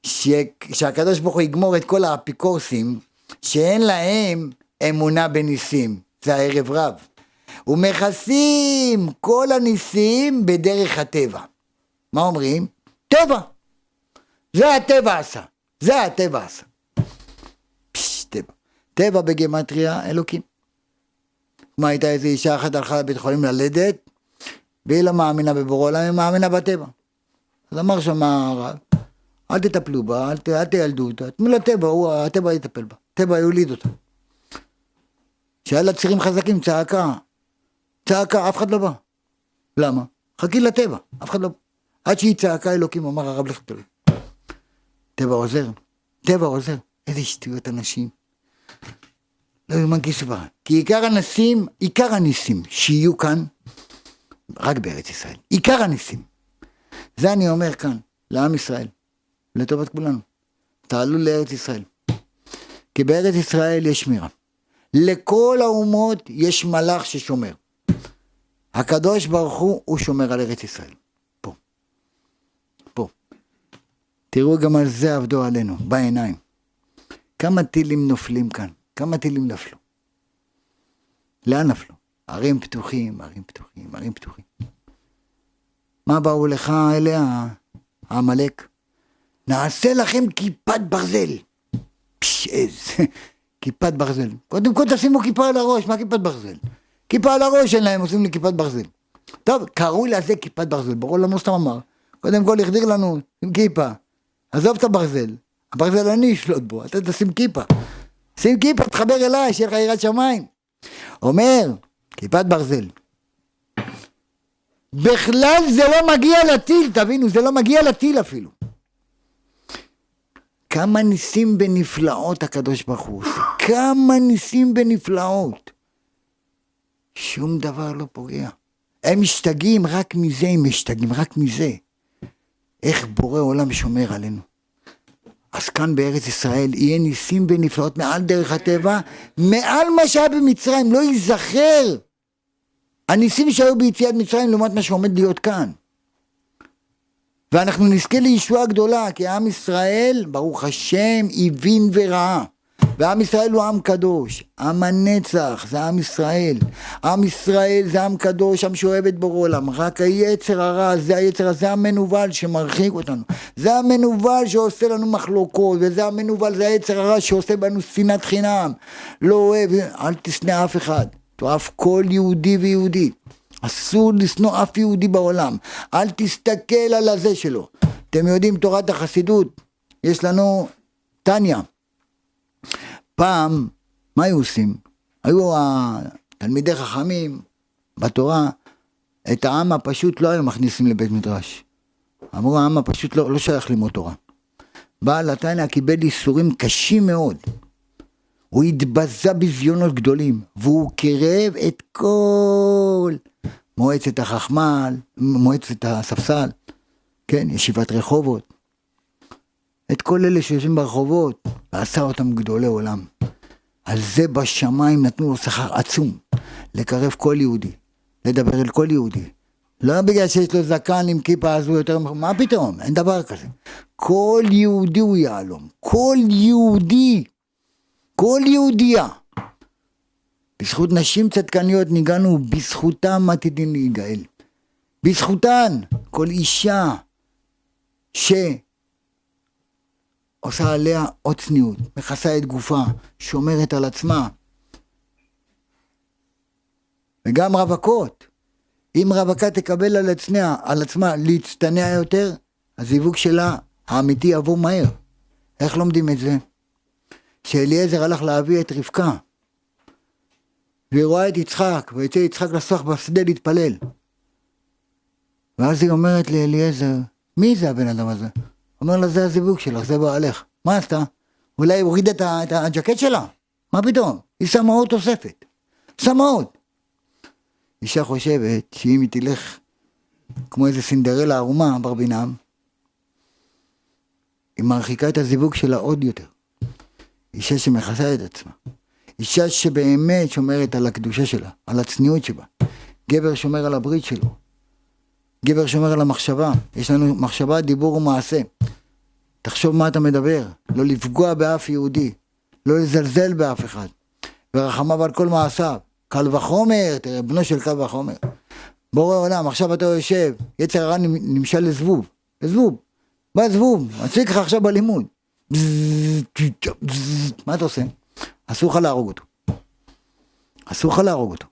A: ש... שהקדוש ברוך הוא יגמור את כל האפיקורסים, שאין להם אמונה בניסים, זה הערב רב. ומכסים כל הניסים בדרך הטבע. מה אומרים? טבע. זה הטבע עשה. זה הטבע עשה. פש, טבע. טבע בגמטריה, אלוקים. כמו הייתה איזו אישה אחת הלכה לבית חולים ללדת, והיא לא מאמינה בבורא עולם, היא מאמינה בטבע. אז אמר שם הרב, אל תטפלו בה, אל, אל תילדו אותה, תנו לה טבע, הוא, הטבע יטפל בה. טבע יוליד אותה. שהיה לה צירים חזקים, צעקה. צעקה, אף אחד לא בא. למה? חכי לטבע, אף אחד לא בא. עד שהיא צעקה אלוקים, אמר הרב לכתוב. טבע עוזר, טבע עוזר. איזה שטויות אנשים. לא יאומן כי יסופר. כי עיקר הניסים, עיקר הניסים שיהיו כאן, רק בארץ ישראל. עיקר הניסים. זה אני אומר כאן, לעם ישראל, לטובת כולנו. תעלו לארץ ישראל. כי בארץ ישראל יש שמירה. לכל האומות יש מלאך ששומר. הקדוש ברוך הוא, הוא שומר על ארץ ישראל. פה. פה. תראו גם על זה עבדו עלינו, בעיניים. כמה טילים נופלים כאן. כמה טילים נפלו. לאן נפלו? ערים פתוחים, ערים פתוחים, ערים פתוחים. מה באו לך אליה, העמלק? נעשה לכם כיפת ברזל. פש, איזה, כיפת ברזל. קודם כל תשימו כיפה על הראש, מה כיפת ברזל? כיפה על הראש אין להם, עושים לי כיפת ברזל. טוב, קראו לזה כיפת ברזל, ברור לנו סתם אמר. קודם כל החדיר לנו עם כיפה. עזוב את הברזל. הברזל אני אשלוט בו, אתה תשים כיפה. שים כיפה, תחבר אליי, שיהיה לך יראת שמיים. אומר, כיפת ברזל. בכלל זה לא מגיע לטיל, תבינו, זה לא מגיע לטיל אפילו. כמה ניסים בנפלאות הקדוש ברוך הוא עושה. כמה ניסים בנפלאות. שום דבר לא פוגע. הם משתגעים רק מזה, הם משתגעים רק מזה. איך בורא עולם שומר עלינו. אז כאן בארץ ישראל יהיה ניסים ונפלאות מעל דרך הטבע, מעל מה שהיה במצרים, לא ייזכר. הניסים שהיו ביציאת מצרים לעומת מה שעומד להיות כאן. ואנחנו נזכה לישועה גדולה, כי עם ישראל, ברוך השם, הבין וראה. ועם ישראל הוא עם קדוש, עם הנצח, זה עם ישראל. עם ישראל זה עם קדוש, עם שאוהב את בורא עולם. רק היצר הרע, זה היצר, זה המנוול שמרחיק אותנו. זה המנוול שעושה לנו מחלוקות, וזה המנוול, זה היצר הרע שעושה בנו שנאת חינם. לא אוהב, אל תשנא אף אחד. תאהב כל יהודי ויהודי. אסור לשנוא אף יהודי בעולם. אל תסתכל על הזה שלו. אתם יודעים, תורת החסידות, יש לנו תניא. פעם, מה היו עושים? היו התלמידי חכמים בתורה, את העם הפשוט לא היו מכניסים לבית מדרש. אמרו, העם הפשוט לא, לא שייך ללמוד תורה. בעל התניא קיבל איסורים קשים מאוד. הוא התבזה בזיונות גדולים, והוא קרב את כל מועצת החכמל, מועצת הספסל, כן, ישיבת רחובות. את כל אלה שיושבים ברחובות, ועשה אותם גדולי עולם. על זה בשמיים נתנו לו שכר עצום, לקרב כל יהודי, לדבר אל כל יהודי. לא בגלל שיש לו זקן עם כיפה הזו יותר, מה פתאום? אין דבר כזה. כל יהודי הוא יעלום, כל יהודי, כל יהודייה. בזכות נשים צדקניות ניגענו, בזכותם עתידים להיגאל. בזכותן, כל אישה ש... עושה עליה עוד צניעות, מכסה את גופה, שומרת על עצמה. וגם רווקות. אם רווקה תקבל על עצמה, על עצמה להצטנע יותר, הזיווג שלה האמיתי יבוא מהר. איך לומדים את זה? שאליעזר הלך להביא את רבקה, והיא רואה את יצחק, ויצא יצחק לסוח בשדה להתפלל. ואז היא אומרת לאליעזר, מי זה הבן אדם הזה? אומר לה, זה הזיווג שלך, זה בעלך. מה עשתה? אולי הורידה את, את הג'קט שלה? מה פתאום? היא שמה עוד תוספת. שמה עוד. אישה חושבת שאם היא תלך כמו איזה סינדרלה ערומה ברבינם, היא מרחיקה את הזיווג שלה עוד יותר. אישה שמכסה את עצמה. אישה שבאמת שומרת על הקדושה שלה, על הצניעות שבה. גבר שומר על הברית שלו. גבר שומר על המחשבה. יש לנו מחשבה, דיבור ומעשה. תחשוב מה אתה מדבר, לא לפגוע באף יהודי, לא לזלזל באף אחד, ורחמיו על כל מעשיו, קל וחומר, תראה, בנו של קל וחומר, בורא עולם, עכשיו אתה יושב, יצר הרע נמשל לזבוב, לזבוב, בא זבוב, מצליק לך עכשיו בלימוד, מה אתה עושה? אסור לך להרוג אותו, אסור לך להרוג אותו,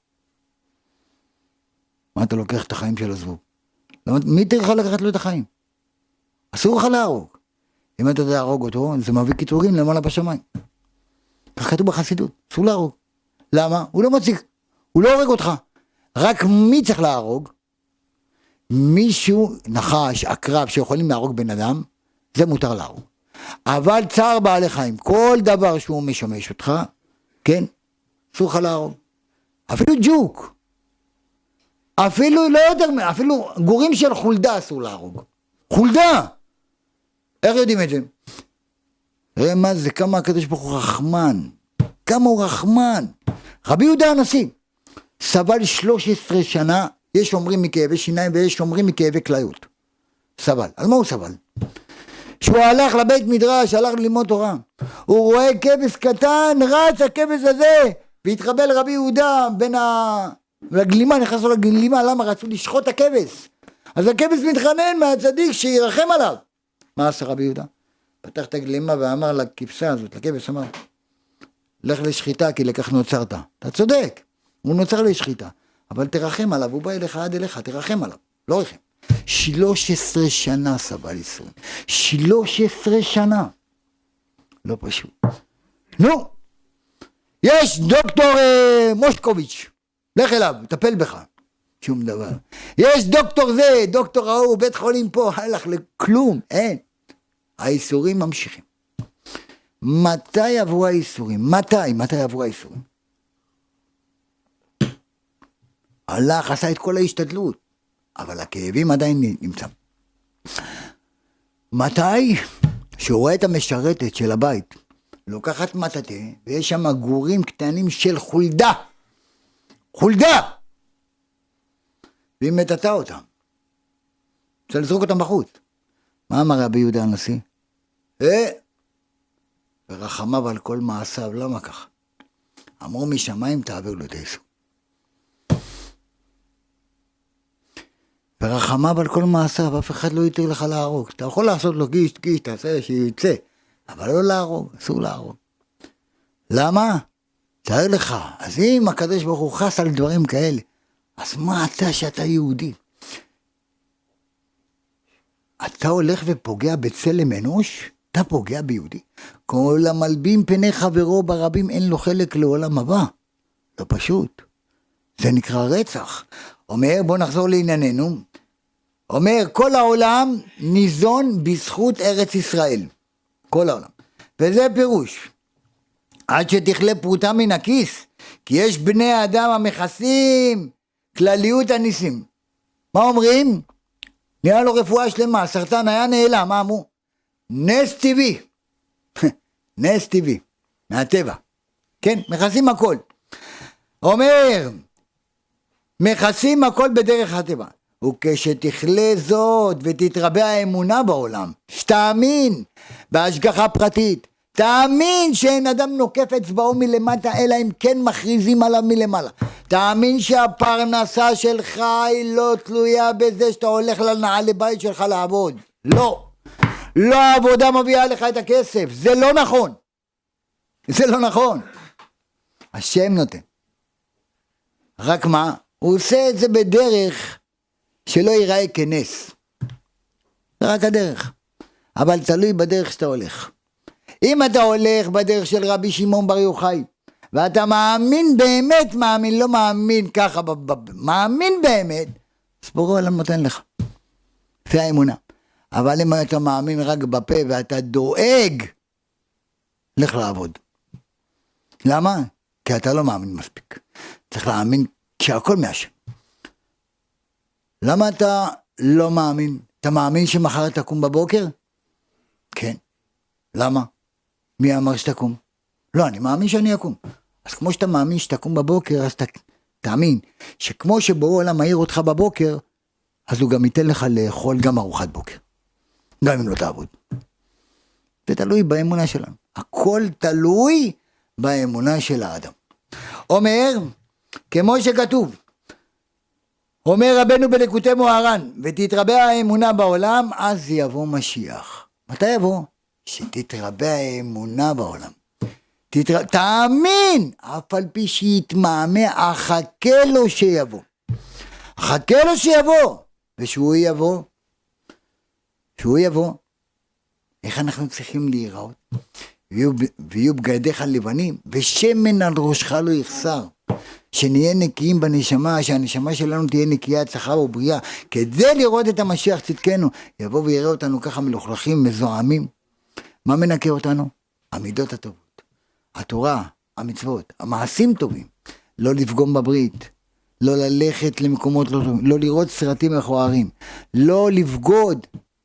A: מה אתה לוקח את החיים של הזבוב? מי תראה לך לקחת לו את החיים? אסור לך להרוג, אם אתה תהרוג אותו, זה מביא קיטורים למעלה בשמיים, כך כתוב בחסידות, אסור להרוג, למה? הוא לא מציק, הוא לא הורג אותך, רק מי צריך להרוג? מישהו, נחש, עקרב, שיכולים להרוג בן אדם, זה מותר להרוג. אבל צער בעלי חיים, כל דבר שהוא משמש אותך, כן, אסור לך להרוג. אפילו ג'וק, אפילו לא יותר, אפילו גורים של חולדה אסור להרוג. חולדה! איך יודעים את זה? ראה מה זה, כמה הקדוש ברוך הוא רחמן, כמה הוא רחמן. רבי יהודה הנשיא, סבל שלוש עשרה שנה, יש אומרים מכאבי שיניים ויש אומרים מכאבי כליות. סבל. על מה הוא סבל? שהוא הלך לבית מדרש, הלך ללמוד תורה. הוא רואה כבש קטן, רץ הכבש הזה, והתחבל רבי יהודה בין הגלימה, נכנסו לגלימה, למה רצו לשחוט הכבש? אז הכבש מתחנן מהצדיק שירחם עליו. מה עשה רבי יהודה? פתח את הגלימה ואמר לכבשה הזאת, לכבש אמר, לך לשחיטה כי לכך נוצרת. אתה צודק, הוא נוצר לשחיטה, אבל תרחם עליו, הוא בא אליך עד אליך, תרחם עליו, לא רחם. שלוש עשרה שנה סבל ישראל, שלוש עשרה שנה, לא פשוט. נו, יש דוקטור אה, מושקוביץ', לך אליו, טפל בך, שום דבר. יש דוקטור זה, דוקטור ההוא, בית חולים פה, הלך לכלום, אין. האיסורים ממשיכים. מתי עברו האיסורים? מתי? מתי עברו האיסורים? הלך, עשה את כל ההשתדלות, אבל הכאבים עדיין נמצא. מתי? שהוא רואה את המשרתת של הבית, לוקחת מטאטה, ויש שם גורים קטנים של חולדה. חולדה! והיא מטאטה אותם. רוצה לזרוק אותם בחוץ. מה אמר רבי יהודה הנשיא? אה? ורחמיו על כל מעשיו, למה כך? אמרו משמיים תעביר לו את האיסור. ורחמיו על כל מעשיו, אף אחד לא ייתר לך להרוג. אתה יכול לעשות לו גיש, גיש, תעשה שיצא, אבל לא להרוג, אסור להרוג. למה? תאר לך, אז אם הקדוש ברוך הוא חס על דברים כאלה, אז מה אתה שאתה יהודי? אתה הולך ופוגע בצלם אנוש? אתה פוגע ביהודי? כל המלבים פני חברו ברבים אין לו חלק לעולם הבא. לא פשוט. זה נקרא רצח. אומר, בוא נחזור לענייננו. אומר, כל העולם ניזון בזכות ארץ ישראל. כל העולם. וזה פירוש. עד שתכלה פרוטה מן הכיס, כי יש בני האדם המכסים כלליות הניסים. מה אומרים? נראה לו רפואה שלמה, סרטן היה נעלם, מה אמרו? נס טבעי. נס טבעי, מהטבע. כן, מכסים הכל. אומר, מכסים הכל בדרך הטבע. וכשתכלה זאת ותתרבה האמונה בעולם, שתאמין בהשגחה פרטית, תאמין שאין אדם נוקף אצבעו מלמטה, אלא אם כן מכריזים עליו מלמעלה. תאמין שהפרנסה שלך היא לא תלויה בזה שאתה הולך לנעלי בית שלך לעבוד. לא. לא העבודה מביאה לך את הכסף. זה לא נכון. זה לא נכון. השם נותן. רק מה? הוא עושה את זה בדרך שלא ייראה כנס. זה רק הדרך. אבל תלוי בדרך שאתה הולך. אם אתה הולך בדרך של רבי שמעון בר יוחאי, ואתה מאמין באמת, מאמין, לא מאמין ככה, מאמין באמת, אז בורא עולם נותן לך. לפי האמונה. אבל אם אתה מאמין רק בפה ואתה דואג, לך לעבוד. למה? כי אתה לא מאמין מספיק. צריך להאמין שהכל מהשם. למה אתה לא מאמין? אתה מאמין שמחר תקום בבוקר? כן. למה? מי אמר שתקום? לא, אני מאמין שאני אקום. אז כמו שאתה מאמין שתקום בבוקר, אז ת, תאמין שכמו שבורא עולם מעיר אותך בבוקר, אז הוא גם ייתן לך לאכול גם ארוחת בוקר. גם אם לא תעבוד. זה תלוי באמונה שלנו. הכל תלוי באמונה של האדם. אומר, כמו שכתוב, אומר רבנו בליקוטי מוהר"ן, ותתרבה האמונה בעולם, אז יבוא משיח. מתי יבוא? שתתרבה האמונה בעולם. תתר... תאמין, אף על פי שיתמהמה, אחכה לו שיבוא. אחכה לו שיבוא. ושהוא יבוא, שהוא יבוא. איך אנחנו צריכים להיראות? ויהיו, ויהיו בגדיך לבנים, ושמן על ראשך לא יחסר. שנהיה נקיים בנשמה, שהנשמה שלנו תהיה נקייה, הצלחה ובריאה, כדי לראות את המשיח צדקנו, יבוא ויראה אותנו ככה מלוכלכים, מזוהמים. מה מנקה אותנו? המידות הטובות, התורה, המצוות, המעשים טובים, לא לפגום בברית, לא ללכת למקומות לא טובים, לא לראות סרטים מכוערים, לא לבגוד.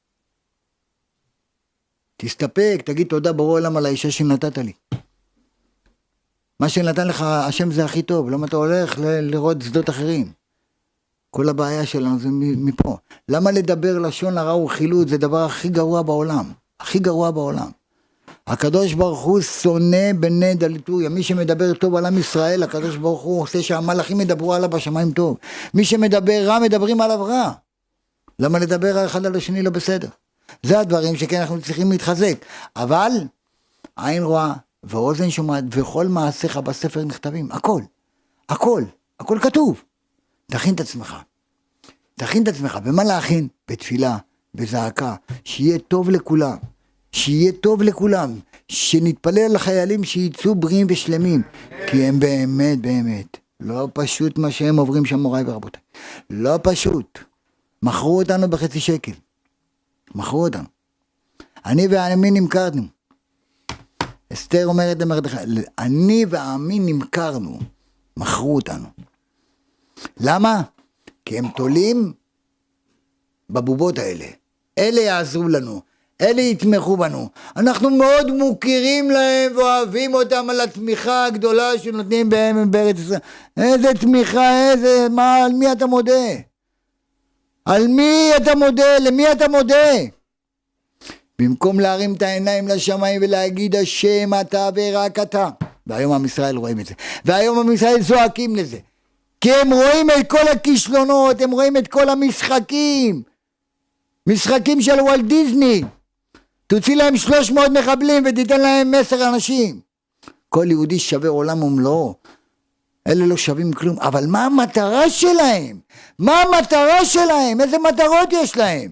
A: תסתפק, תגיד תודה בורא עולם על האישה שנתת לי. מה שנתן לך השם זה הכי טוב, למה אתה הולך ל- לראות שדות אחרים? כל הבעיה שלנו זה מפה. למה לדבר לשון הרע וחילות? זה דבר הכי גרוע בעולם, הכי גרוע בעולם. הקדוש ברוך הוא שונא בני דלתויה. מי שמדבר טוב על עם ישראל, הקדוש ברוך הוא עושה שהמלאכים ידברו עליו בשמיים טוב. מי שמדבר רע, מדברים עליו רע. למה לדבר האחד על השני לא בסדר? זה הדברים שכן אנחנו צריכים להתחזק. אבל עין רואה ואוזן שומעת וכל מעשיך בספר נכתבים. הכל, הכל, הכל כתוב. תכין את עצמך. תכין את עצמך. במה להכין? בתפילה, בזעקה. שיהיה טוב לכולם. שיהיה טוב לכולם. שנתפלל לחיילים שיצאו בריאים ושלמים. כי הם באמת, באמת. לא פשוט מה שהם עוברים שם מוריי ורבותיי. לא פשוט. מכרו אותנו בחצי שקל. מכרו אותנו. אני והעמי נמכרנו. אסתר אומרת למרדכי, אני והעמי נמכרנו. מכרו אותנו. למה? כי הם תולים בבובות האלה. אלה יעזרו לנו. אלה יתמכו בנו. אנחנו מאוד מוכירים להם ואוהבים אותם על התמיכה הגדולה שנותנים בהם בארץ ישראל. איזה תמיכה, איזה, מה, על מי אתה מודה? על מי אתה מודה? למי אתה מודה? במקום להרים את העיניים לשמיים ולהגיד השם אתה ורק אתה. והיום עם ישראל רואים את זה. והיום עם ישראל זועקים לזה. כי הם רואים את כל הכישלונות, הם רואים את כל המשחקים. משחקים של וולט דיסני. תוציא להם שלוש מאות מחבלים ותיתן להם עשר אנשים. כל יהודי שווה עולם ומלואו. אלה לא שווים כלום. אבל מה המטרה שלהם? מה המטרה שלהם? איזה מטרות יש להם?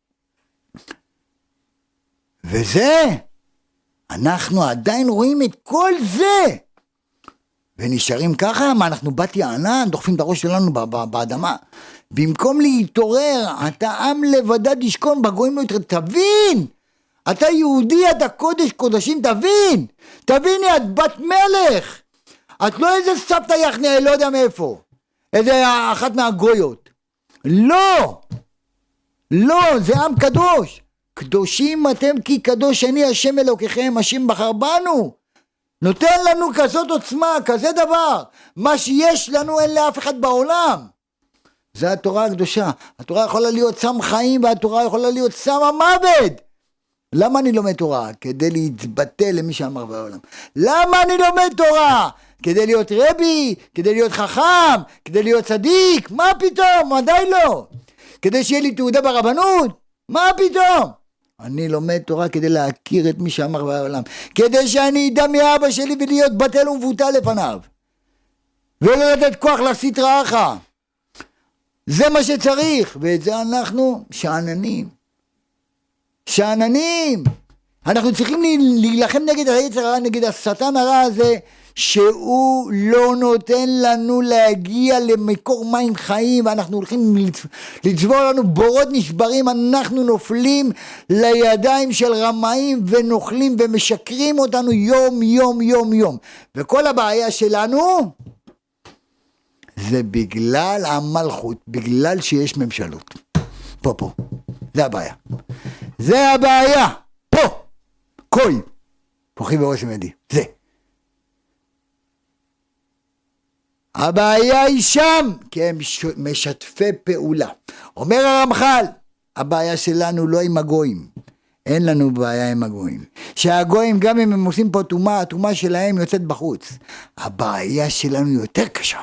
A: וזה, אנחנו עדיין רואים את כל זה. ונשארים ככה, מה אנחנו בת יענן, דוחפים את הראש שלנו באדמה. במקום להתעורר, אתה עם לבדד ישכון, בגויים לא יתראה, תבין. אתה יהודי, אתה קודש קודשים, תבין. תביני, את בת מלך. את לא איזה סבתא יחנה, לא יודע מאיפה. איזה אחת מהגויות. לא. לא, זה עם קדוש. קדושים אתם כי קדוש אני השם אלוקיכם, השם בחר בנו. נותן לנו כזאת עוצמה, כזה דבר. מה שיש לנו אין לאף אחד בעולם. זה התורה הקדושה. התורה יכולה להיות סם חיים והתורה יכולה להיות סם המוות. למה אני לומד תורה? כדי להתבטא למי שאמר בעולם. למה אני לומד תורה? כדי להיות רבי, כדי להיות חכם, כדי להיות צדיק. מה פתאום? ודאי לא. כדי שיהיה לי תעודה ברבנות. מה פתאום? אני לומד תורה כדי להכיר את מי שאמר בעולם. כדי שאני אדע מאבא שלי ולהיות בטל ומבוטל לפניו. ולא לתת כוח לסטרא אחרא. זה מה שצריך. ואת זה אנחנו שאננים. שאננים. אנחנו צריכים להילחם נגד היצר הרע, נגד השטן הרע הזה, שהוא לא נותן לנו להגיע למקור מים חיים, ואנחנו הולכים לצבור לנו בורות נשברים, אנחנו נופלים לידיים של רמאים ונוכלים ומשקרים אותנו יום יום יום יום. וכל הבעיה שלנו זה בגלל המלכות, בגלל שיש ממשלות. פה פה, זה הבעיה. זה הבעיה, פה, כוי, כוחי ועוצם ידי, זה. הבעיה היא שם, כי הם משתפי פעולה. אומר הרמח"ל, הבעיה שלנו לא עם הגויים, אין לנו בעיה עם הגויים. שהגויים גם אם הם עושים פה תומה, התומה שלהם יוצאת בחוץ. הבעיה שלנו יותר קשה.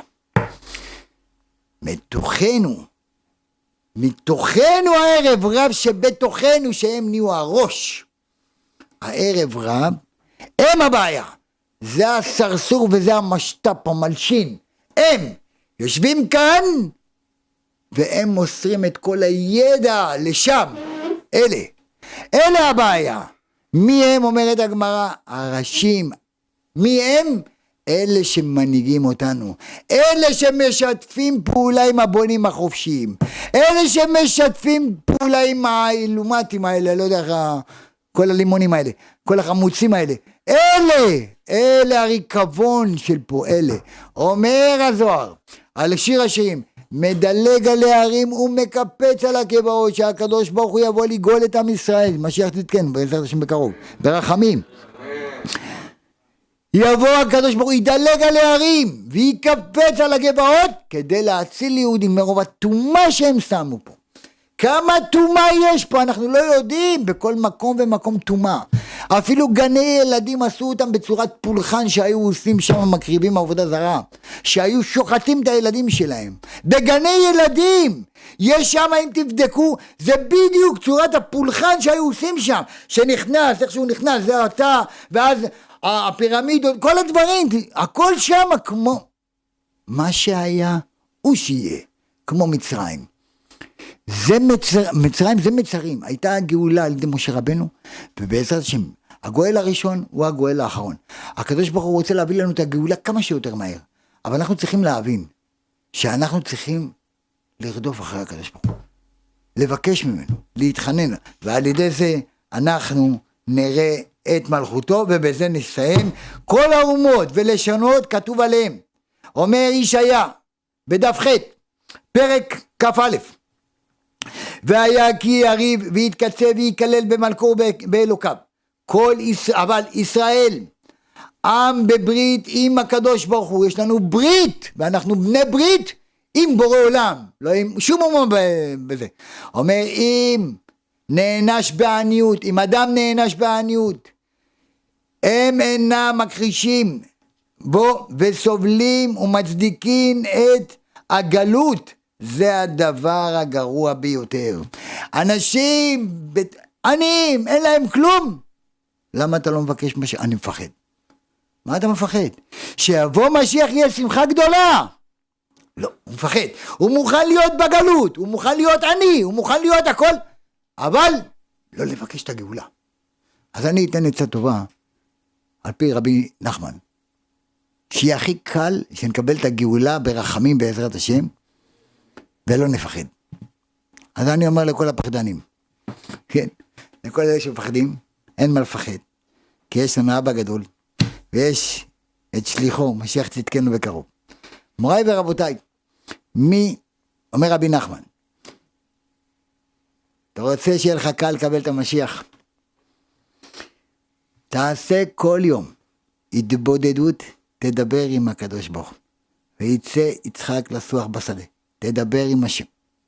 A: מתוכנו, מתוכנו הערב רב שבתוכנו שהם נהיו הראש. הערב רב, הם הבעיה. זה הסרסור וזה המשת"פ המלשין. הם יושבים כאן, והם מוסרים את כל הידע לשם. אלה. אלה הבעיה. מי הם, אומרת הגמרא? הראשים. מי הם? אלה שמנהיגים אותנו. אלה שמשתפים פעולה עם הבונים החופשיים. אלה שמשתפים פעולה עם האילומטים האלה, לא יודע, כל הלימונים האלה, כל החמוצים האלה. אלה, אלה הריקבון של פה, אלה. אומר הזוהר, על שיר השירים, מדלג על הערים ומקפץ על הקבעות, שהקדוש ברוך הוא יבוא לגאול את עם ישראל. משיח תתקן, בעזרת השם בקרוב, ברחמים. יבוא הקדוש ברוך הוא, ידלג על הערים ויקפץ על הגבעות כדי להציל יהודים מרוב התומה שהם שמו פה. כמה תומה יש פה, אנחנו לא יודעים, בכל מקום ומקום תומה. אפילו גני ילדים עשו אותם בצורת פולחן שהיו עושים שם, מקריבים עבודה זרה, שהיו שוחטים את הילדים שלהם. בגני ילדים, יש שם, אם תבדקו, זה בדיוק צורת הפולחן שהיו עושים שם, שנכנס, איך שהוא נכנס, זה אתה, ואז הפירמידות, כל הדברים, הכל שם כמו, מה שהיה הוא שיהיה, כמו מצרים. זה מצר, מצרים זה מצרים, הייתה הגאולה על ידי משה רבנו, ובעזרת השם, הגואל הראשון הוא הגואל האחרון. הקדוש ברוך הוא רוצה להביא לנו את הגאולה כמה שיותר מהר, אבל אנחנו צריכים להבין, שאנחנו צריכים לרדוף אחרי הקדוש ברוך הוא, לבקש ממנו, להתחנן, ועל ידי זה אנחנו נראה את מלכותו, ובזה נסיים. כל האומות ולשונות כתוב עליהם, אומר ישעיה, בדף ח' פרק כ"א, והיה כי יריב ויתקצה ויקלל במלכו באלוקיו. כל ישראל, אבל ישראל עם בברית עם הקדוש ברוך הוא, יש לנו ברית ואנחנו בני ברית עם בורא עולם, לא עם שום אומה בזה. אומר אם נענש בעניות, אם אדם נענש בעניות, הם אינם מכחישים בו וסובלים ומצדיקים את הגלות. זה הדבר הגרוע ביותר. אנשים עניים, אין להם כלום. למה אתה לא מבקש משיח? אני מפחד. מה אתה מפחד? שיבוא משיח יהיה שמחה גדולה. לא, הוא מפחד. הוא מוכן להיות בגלות, הוא מוכן להיות עני, הוא מוכן להיות הכל, אבל לא לבקש את הגאולה. אז אני אתן עצה טובה, על פי רבי נחמן, שיהיה הכי קל שנקבל את הגאולה ברחמים בעזרת השם, ולא נפחד. אז אני אומר לכל הפחדנים, כן, לכל אלה שמפחדים, אין מה לפחד, כי יש לנו אבא גדול, ויש את שליחו, משיח צדקנו בקרוב. מוריי ורבותיי, מי, אומר רבי נחמן, אתה רוצה שיהיה לך קל לקבל את המשיח, תעשה כל יום התבודדות, תדבר עם הקדוש ברוך הוא, ויצא יצחק לסוח בשדה, תדבר עם השם,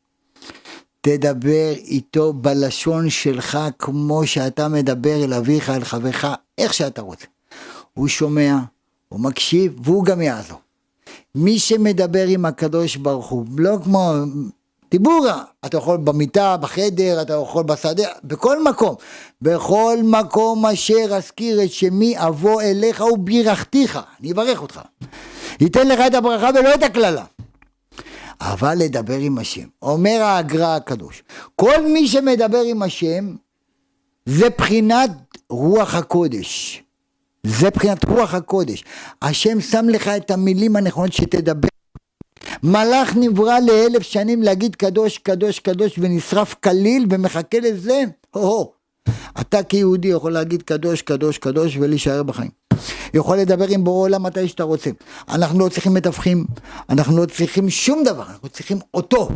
A: תדבר איתו בלשון שלך, כמו שאתה מדבר אל אביך, אל חברך, איך שאתה רוצה. הוא שומע, הוא מקשיב, והוא גם יעזור. מי שמדבר עם הקדוש ברוך הוא, לא כמו דיבורה, אתה יכול במיטה, בחדר, אתה יכול בשדה, בכל מקום, בכל מקום אשר אזכיר את שמי אבוא אליך ובירכתיך, אני אברך אותך, ייתן לך את הברכה ולא את הכללה. אבל לדבר עם השם, אומר האגרא הקדוש, כל מי שמדבר עם השם, זה בחינת רוח הקודש, זה בחינת רוח הקודש, השם שם לך את המילים הנכונות שתדבר, מלאך נברא לאלף שנים להגיד קדוש קדוש קדוש ונשרף כליל ומחכה לזה, הו-הו, אתה כיהודי יכול להגיד קדוש קדוש קדוש ולהישאר בחיים, יכול לדבר עם בורא עולם מתי שאתה רוצה, אנחנו לא צריכים מתווכים, אנחנו לא צריכים שום דבר, אנחנו צריכים אותו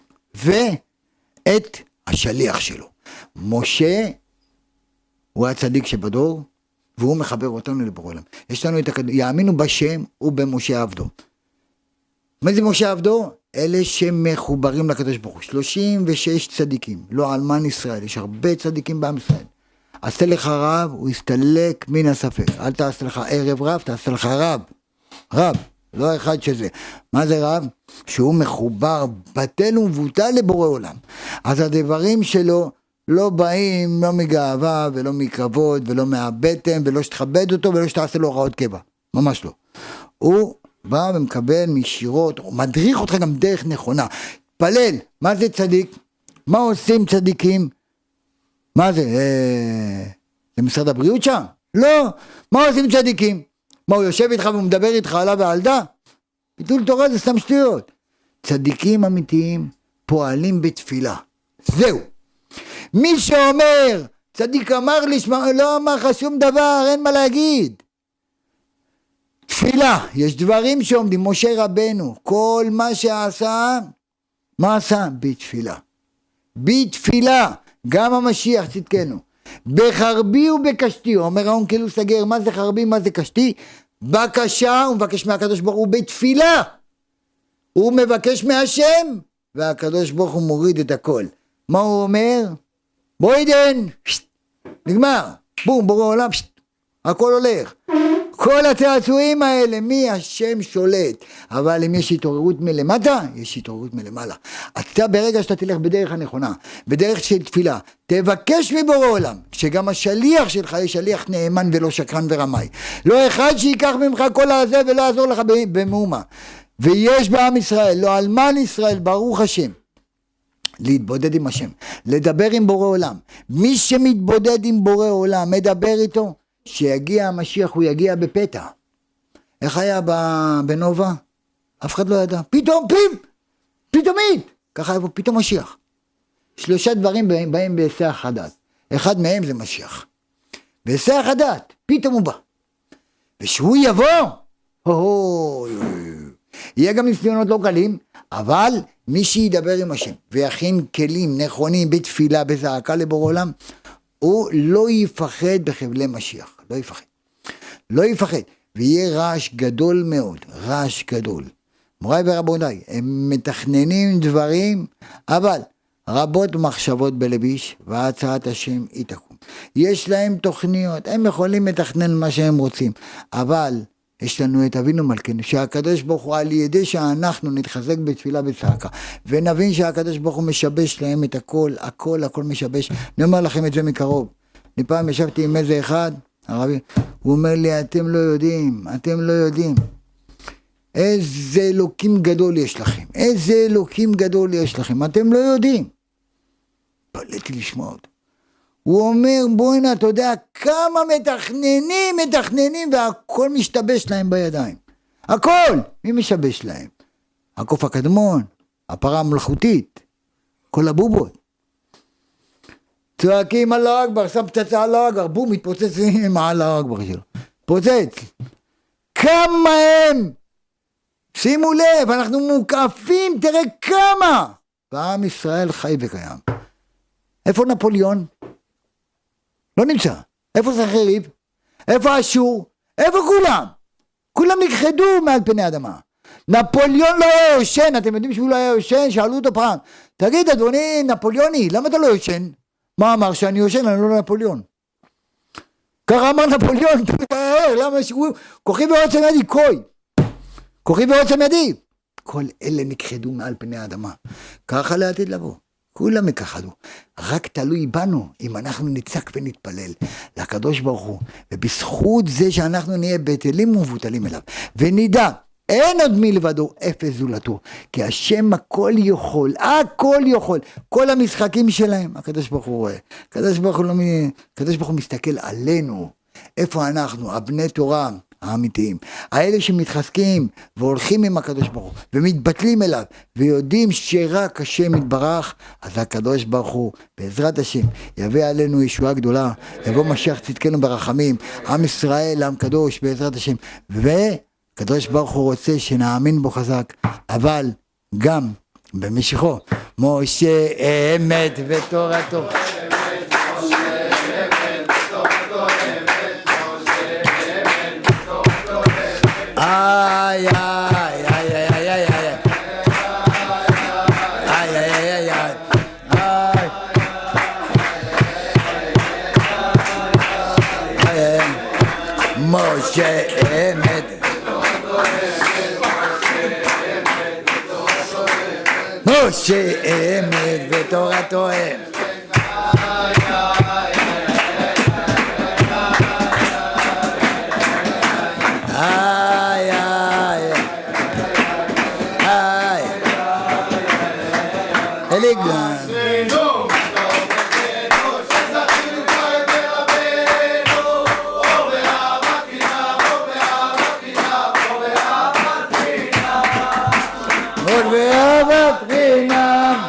A: ואת השליח שלו. משה הוא הצדיק שבדור והוא מחבר אותנו לבורא עולם, יש לנו את הקדוש, יאמינו בשם ובמשה עבדו. מה זה משה עבדו? אלה שמחוברים לקדוש ברוך הוא, שלושים ושש צדיקים, לא אלמן ישראל, יש הרבה צדיקים בעם ישראל, עשה לך רב, הוא יסתלק מן הספק. אל תעשה לך ערב רב, תעשה לך רב. רב, לא אחד שזה. מה זה רב? שהוא מחובר בטל ומבוטל לבורא עולם. אז הדברים שלו לא באים לא מגאווה ולא מכבוד ולא מהבטן ולא שתכבד אותו ולא שתעשה לו רעות קבע. ממש לא. הוא בא ומקבל משירות, הוא מדריך אותך גם דרך נכונה. פלל, מה זה צדיק? מה עושים צדיקים? מה זה? אה, זה משרד הבריאות שם? לא. מה עושים צדיקים? מה, הוא יושב איתך והוא מדבר איתך עליו ועלדה? ביטול תורה זה סתם שטויות. צדיקים אמיתיים פועלים בתפילה. זהו. מי שאומר, צדיק אמר לי, לא אמר לך שום דבר, אין מה להגיד. תפילה, יש דברים שעומדים, משה רבנו, כל מה שעשה, מה עשה? בתפילה. בתפילה, גם המשיח צדקנו. בחרבי ובקשתי, הוא אומר האונקלוס סגר, מה זה חרבי, מה זה קשתי? בקשה, הוא מבקש מהקדוש ברוך הוא בתפילה. הוא מבקש מהשם, והקדוש ברוך הוא מוריד את הכל. מה הוא אומר? בוא עדן, נגמר, בום, בורא עולם, הכל הולך. כל הצעצועים האלה, מי השם שולט? אבל אם יש התעוררות מלמטה, יש התעוררות מלמעלה. אתה ברגע שאתה תלך בדרך הנכונה, בדרך של תפילה, תבקש מבורא עולם, שגם השליח שלך יהיה שליח נאמן ולא שקרן ורמאי. לא אחד שיקח ממך כל הזה ולא יעזור לך במאומה. ויש בעם ישראל, לא אלמן ישראל, ברוך השם. להתבודד עם השם, לדבר עם בורא עולם. מי שמתבודד עם בורא עולם, מדבר איתו, שיגיע המשיח, הוא יגיע בפתע. איך היה בנובה? אף אחד לא ידע. פתאום, פים, פתאומית. ככה היה פה, פתאום משיח. שלושה דברים באים בהיסח הדעת. אחד מהם זה משיח. בהיסח הדעת, פתאום הוא בא. ושהוא יבוא, הו, יהיה גם ניסיונות לא קלים, אבל מי שידבר עם השם, ויכין כלים נכונים בתפילה, בזעקה לבורא עולם, הוא לא יפחד בחבלי משיח, לא יפחד, לא יפחד, ויהיה רעש גדול מאוד, רעש גדול. מוריי ורבותיי, הם מתכננים דברים, אבל רבות מחשבות בלביש, והצעת השם היא תקום. יש להם תוכניות, הם יכולים לתכנן מה שהם רוצים, אבל יש לנו את אבינו מלכנו, שהקדוש ברוך הוא על ידי שאנחנו נתחזק בתפילה בצעקה, ונבין שהקדוש ברוך הוא משבש להם את הכל, הכל, הכל משבש. אני אומר לכם את זה מקרוב. אני פעם ישבתי עם איזה אחד, הרבי, הוא אומר לי, אתם לא יודעים, אתם לא יודעים. איזה אלוקים גדול יש לכם, איזה אלוקים גדול יש לכם, אתם לא יודעים. פלאתי לשמוע אותו. הוא אומר, בואי נה, אתה יודע, כמה מתכננים, מתכננים, והכל משתבש להם בידיים. הכל! מי משבש להם? הקוף הקדמון, הפרה המלאכותית, כל הבובות. צועקים על האגבר, שם פצצה על האגבר, בום, מתפוצץ מעל האגבר שלו. פוצץ. כמה הם? שימו לב, אנחנו מוקפים, תראה כמה! ועם ישראל חי וקיים. איפה נפוליאון? לא נמצא. איפה סחריב? איפה אשור? איפה כולם? כולם נכחדו מעל פני אדמה. נפוליאון לא היה יושן, אתם יודעים שהוא לא היה יושן? שאלו אותו פעם, תגיד אדוני נפוליאוני, למה אתה לא יושן? מה אמר? שאני יושן, אני לא נפוליאון. ככה אמר נפוליאון, למה שהוא, כוחי ועוצם ידי, קוי. כוחי ועוצם ידי. כל אלה נכחדו מעל פני האדמה. ככה לעתיד לבוא. כולם מכחדו, רק תלוי בנו אם אנחנו נצעק ונתפלל לקדוש ברוך הוא, ובזכות זה שאנחנו נהיה בטלים ומבוטלים אליו, ונדע, אין עוד מלבדו אפס זולתו, כי השם הכל יכול, הכל יכול, כל המשחקים שלהם, הקדוש ברוך הוא רואה, הקדוש ברוך הוא, לא, הקדוש ברוך הוא מסתכל עלינו, איפה אנחנו, הבני תורה, האמיתיים, האלה שמתחזקים והולכים עם הקדוש ברוך הוא ומתבטלים אליו ויודעים שרק השם יתברך, אז הקדוש ברוך הוא בעזרת השם יביא עלינו ישועה גדולה, יבוא משיח צדקנו ברחמים, עם ישראל, עם קדוש בעזרת השם, וקדוש ברוך הוא רוצה שנאמין בו חזק, אבל גם במשכו משה אמת ותורתו. Ay, ay, ay, ay, ay, ay, ay, ay, ay, ay, ay, ay, ay. משה אמת. משה אמת ותורתו אמת. איי איי איי אליגן עוד ואהבת חינם.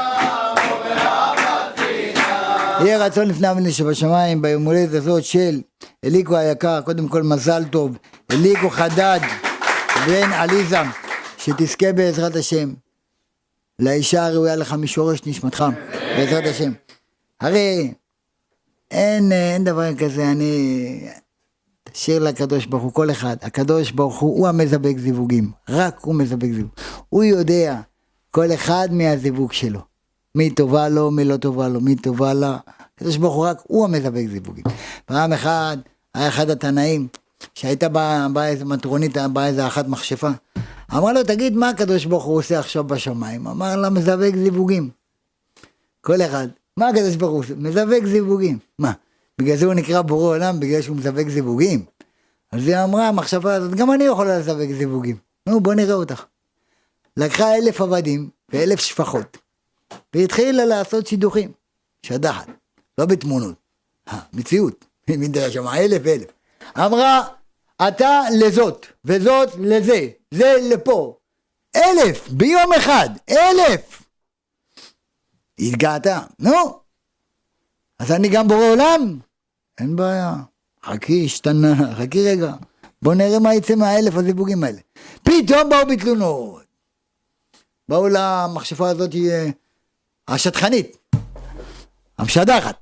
A: יהיה רצון לפני אבינו שבשמיים ביום הולדת הזאת של אליקו היקר, קודם כל מזל טוב, אליקו חדד בן עליזה, שתזכה בעזרת השם לאישה הראויה לך משורש נשמתך בעזרת השם. הרי אין, אין דבר כזה, אני תשאיר לקדוש ברוך הוא, כל אחד, הקדוש ברוך הוא הוא המזבק זיווגים, רק הוא מזבק זיווג, הוא יודע כל אחד מהזיווג שלו, מי טובה לו, מי לא טובה לו, מי טובה לה, הקדוש ברוך הוא רק הוא המזבק זיווגים. פעם אחד היה אחד התנאים שהייתה באה בא איזה מטרונית, באה איזה אחת מכשפה, אמר לו תגיד מה הקדוש ברוך הוא עושה עכשיו בשמיים, אמר לה מזבק זיווגים. כל אחד, מה הקדוש ברוך הוא עושה? מזבק זיווגים. מה? בגלל זה הוא נקרא בורא עולם, בגלל שהוא מזבק זיווגים. אז היא אמרה המחשבה הזאת, גם אני יכולה לזבק זיווגים. נו בוא נראה אותך. לקחה אלף עבדים ואלף שפחות והתחילה לעשות שידוכים, שדחת, לא בתמונות, מציאות, מדרש שם אלף ואלף. אמרה אתה לזאת וזאת לזה, זה לפה, אלף ביום אחד, אלף. התגעתה, נו אז אני גם בורא עולם, אין בעיה, חכי השתנה, חכי רגע, בוא נראה מה יצא מהאלף הזיווגים האלה. פתאום באו בתלונות, באו למחשפה הזאת השטחנית, המשדחת,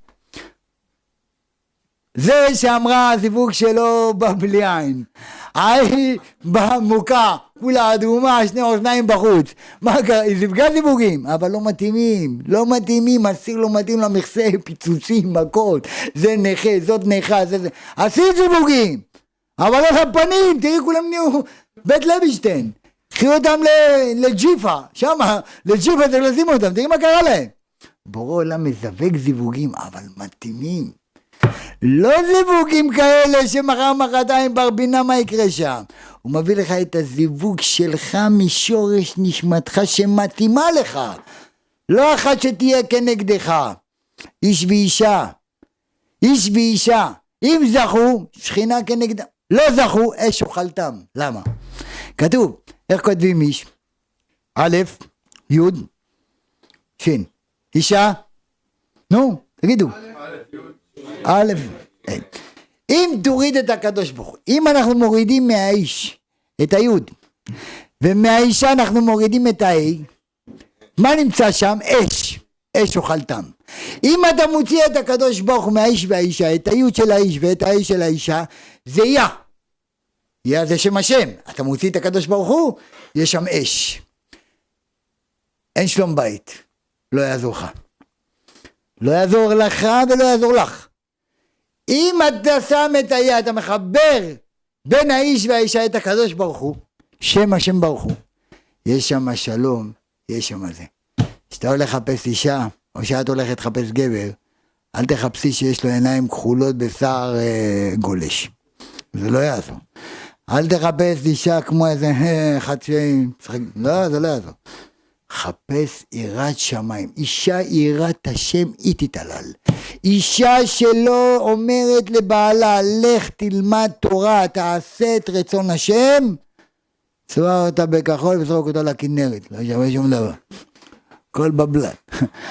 A: זה שאמרה הזיווג שלו בא בלי עין, ההיא במוקה, כולה אדומה, שני אוזניים בחוץ, מה קרה? היא זיווגה זיווגים, אבל לא מתאימים, לא מתאימים, הסיר לא מתאים למכסה, פיצוצים, מכות, זה נכה, זאת נכה, זה זה, עשית זיווגים, אבל איך הפנים, תראי כולם נהיו בית לוינשטיין, קחי אותם לג'יפה, שמה, לג'יפה צריך לשים אותם, תראי מה קרה להם. בורא עולם מזווק זיווגים, אבל מתאימים. לא זיווגים כאלה שמחר מחרתיים ברבינה מה יקרה שם. הוא מביא לך את הזיווג שלך משורש נשמתך שמתאימה לך. לא אחת שתהיה כנגדך. איש ואישה. איש ואישה. אם זכו, שכינה כנגדם. לא זכו, אש אוכלתם. למה? כתוב, איך כותבים איש? א', י', ש'. אישה? נו, תגידו. א', אם תוריד את הקדוש ברוך הוא, אם אנחנו מורידים מהאיש את היוד, ומהאישה אנחנו מורידים את האי, מה נמצא שם? אש, אש אוכלתם. אם אתה מוציא את הקדוש ברוך הוא מהאיש והאישה, את היוד של האיש ואת האי של האישה, זה יא. יא זה שם השם. אתה מוציא את הקדוש ברוך הוא, יש שם אש. אין שלום בית, לא יעזור לך. לא יעזור לך ולא יעזור לך. אם אתה שם את היד, אתה מחבר בין האיש והאישה את הקדוש ברוך הוא, שם השם ברוך הוא, יש שם שלום, יש שם זה. כשאתה הולך לחפש אישה, או שאת הולכת לחפש גבר, אל תחפשי שיש לו עיניים כחולות בשר אה, גולש. זה לא יעזור. אל תחפש אישה כמו איזה חצי, לא, זה לא יעזור. חפש יראת שמיים. אישה יראת השם היא תתעלל. אישה שלא אומרת לבעלה, לך תלמד תורה, תעשה את רצון השם, צבע אותה בכחול וזרוק אותה לכנרת, לא שווה שום דבר. כל בבלת.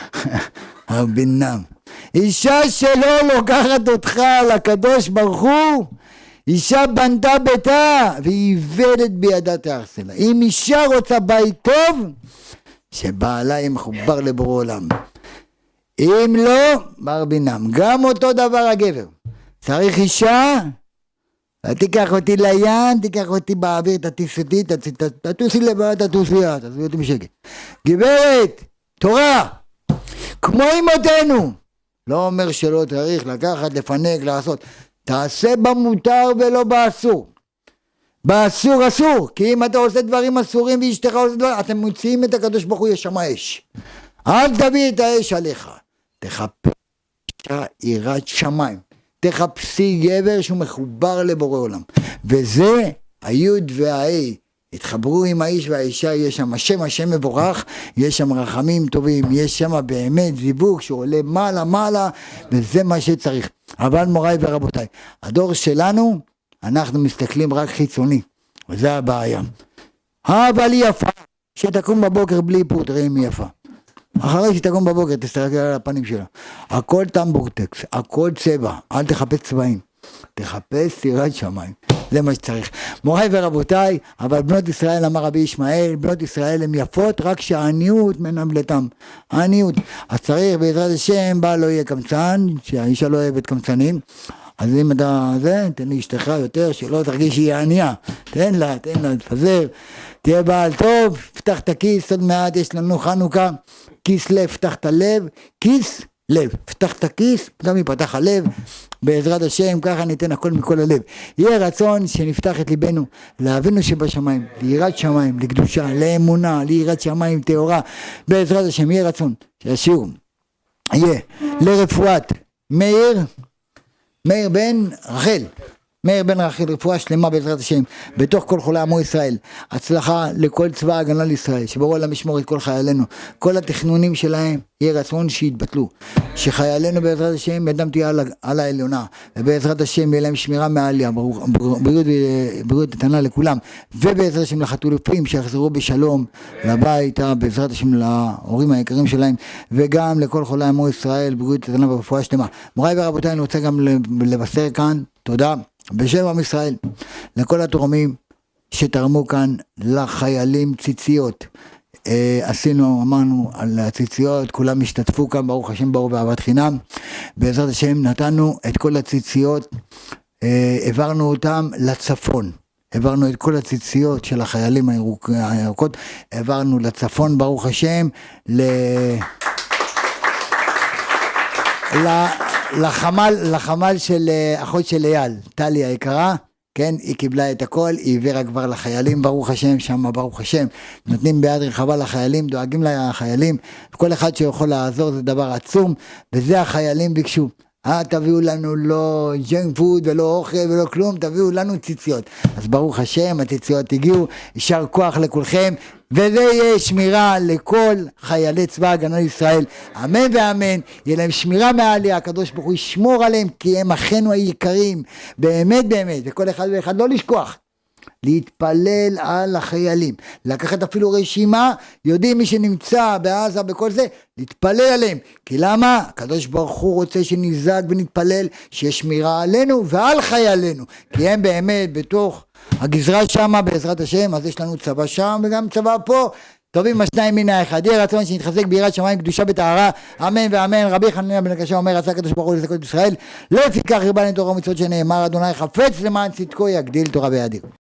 A: הבינם. אישה שלא לוקחת אותך לקדוש ברוך הוא, אישה בנתה ביתה והיא עיוורת בידה תהרסלה. אם אישה רוצה בית טוב, שבעלה יהיה מחובר לבורא עולם. אם לא, בר בינם. גם אותו דבר הגבר. צריך אישה, תיקח אותי לים, תיקח אותי באוויר, תטיס אותי, תטוסי לבד, תטוסי לה, תעזבי אותי בשקט. גברת, תורה, כמו אמותינו. לא אומר שלא צריך לקחת, לפנק, לעשות. תעשה במותר ולא באסור. באסור אסור, כי אם אתה עושה דברים אסורים ואשתך עושה דברים, אתם מוציאים את הקדוש ברוך הוא, יש שם אש. אל תביא את האש עליך. תחפש יראת שמיים. תחפשי גבר שהוא מחובר לבורא עולם. וזה היוד והאי. התחברו עם האיש והאישה, יש שם השם, השם מבורך, יש שם רחמים טובים, יש שם באמת זיווג שעולה מעלה מעלה, וזה מה שצריך. אבל מוריי ורבותיי, הדור שלנו, אנחנו מסתכלים רק חיצוני, וזה הבעיה. אבל היא יפה, שתקום בבוקר בלי פור, תראה אם היא יפה. אחרי שתקום בבוקר, תסתכל על הפנים שלה. הכל טמבורטקס, הכל צבע, אל תחפש צבעים. תחפש יראת שמיים, זה מה שצריך. מוריי ורבותיי, אבל בנות ישראל, אמר רבי ישמעאל, בנות ישראל הן יפות, רק שהעניות מנבלתם. העניות. אז צריך בעזרת השם, בעל לא יהיה קמצן, שהאישה לא אוהבת קמצנים, אז אם אתה זה, תן לאשתך יותר, שלא תרגיש שהיא ענייה. תן לה, תן לה, תפזר. תהיה בעל טוב, פתח את הכיס, עוד מעט יש לנו חנוכה, כיס לב, פתח את הלב, כיס לב, פתח את הכיס, פתאום יפתח הלב, בעזרת השם, ככה ניתן הכל מכל הלב. יהיה רצון שנפתח את ליבנו, לאבינו שבשמיים, ליראת שמיים, לקדושה, לאמונה, ליראת שמיים, תאורה, בעזרת השם, יהיה רצון, שהשיעור יהיה לרפואת מאיר, מאיר בן רחל, מאיר בן רחל, רפואה שלמה בעזרת השם, בתוך כל חולי עמו ישראל, הצלחה לכל צבא ההגנה לישראל, שבורא עולם ישמור את כל חיילינו, כל התכנונים שלהם, יהיה רצון שיתבטלו, שחיילינו בעזרת השם ידם תהיה על, על העליונה, ובעזרת השם יהיה להם שמירה מעליה, בריאות ובריאות איתנה לכולם, ובעזרת השם לחטופים שיחזרו בשלום לביתה, בעזרת השם להורים היקרים שלהם, וגם לכל חולי עמו ישראל, בריאות איתנה ורפואה שלמה. מוריי ורבותיי, אני רוצה גם לבשר כאן, תודה, בשם עם ישראל, לכל התורמים שתרמו כאן לחיילים ציציות. אה, עשינו, אמרנו על הציציות, כולם השתתפו כאן, ברוך השם, ברוך ואהבת חינם. בעזרת השם נתנו את כל הציציות, אה, העברנו אותם לצפון. העברנו את כל הציציות של החיילים הירוק, הירוקות, העברנו לצפון, ברוך השם, ל... ל... לחמל, לחמל של אחות של אייל, טלי היקרה, כן, היא קיבלה את הכל, היא העבירה כבר לחיילים, ברוך השם, שם ברוך השם, נותנים ביד רחבה לחיילים, דואגים לחיילים, כל אחד שיכול לעזור זה דבר עצום, וזה החיילים ביקשו, אה, תביאו לנו לא ג'נק פוד ולא אוכל ולא כלום, תביאו לנו ציציות, אז ברוך השם, הציציות הגיעו, יישר כוח לכולכם, וזה יהיה שמירה לכל חיילי צבא הגנה לישראל, אמן ואמן, יהיה להם שמירה מעליה, הקדוש ברוך הוא ישמור עליהם, כי הם אחינו היקרים, באמת באמת, וכל אחד ואחד לא לשכוח, להתפלל על החיילים, לקחת אפילו רשימה, יודעים מי שנמצא בעזה בכל זה, להתפלל עליהם, כי למה? הקדוש ברוך הוא רוצה שנזעק ונתפלל, שיש שמירה עלינו ועל חיילינו, כי הם באמת בתוך הגזרה שם בעזרת השם, אז יש לנו צבא שם וגם צבא פה, טובים השניים מן האחד, יהיה רצון שנתחזק ביראת שמיים קדושה בטהרה, אמן ואמן. רבי חנניה בן עקשיא אומר, רצה הקדוש ברוך הוא לזכות את ישראל, לפיכך ירבה לנו תורה ומצוות שנאמר, אדוני חפץ למען צדקו יגדיל תורה ויאדיר.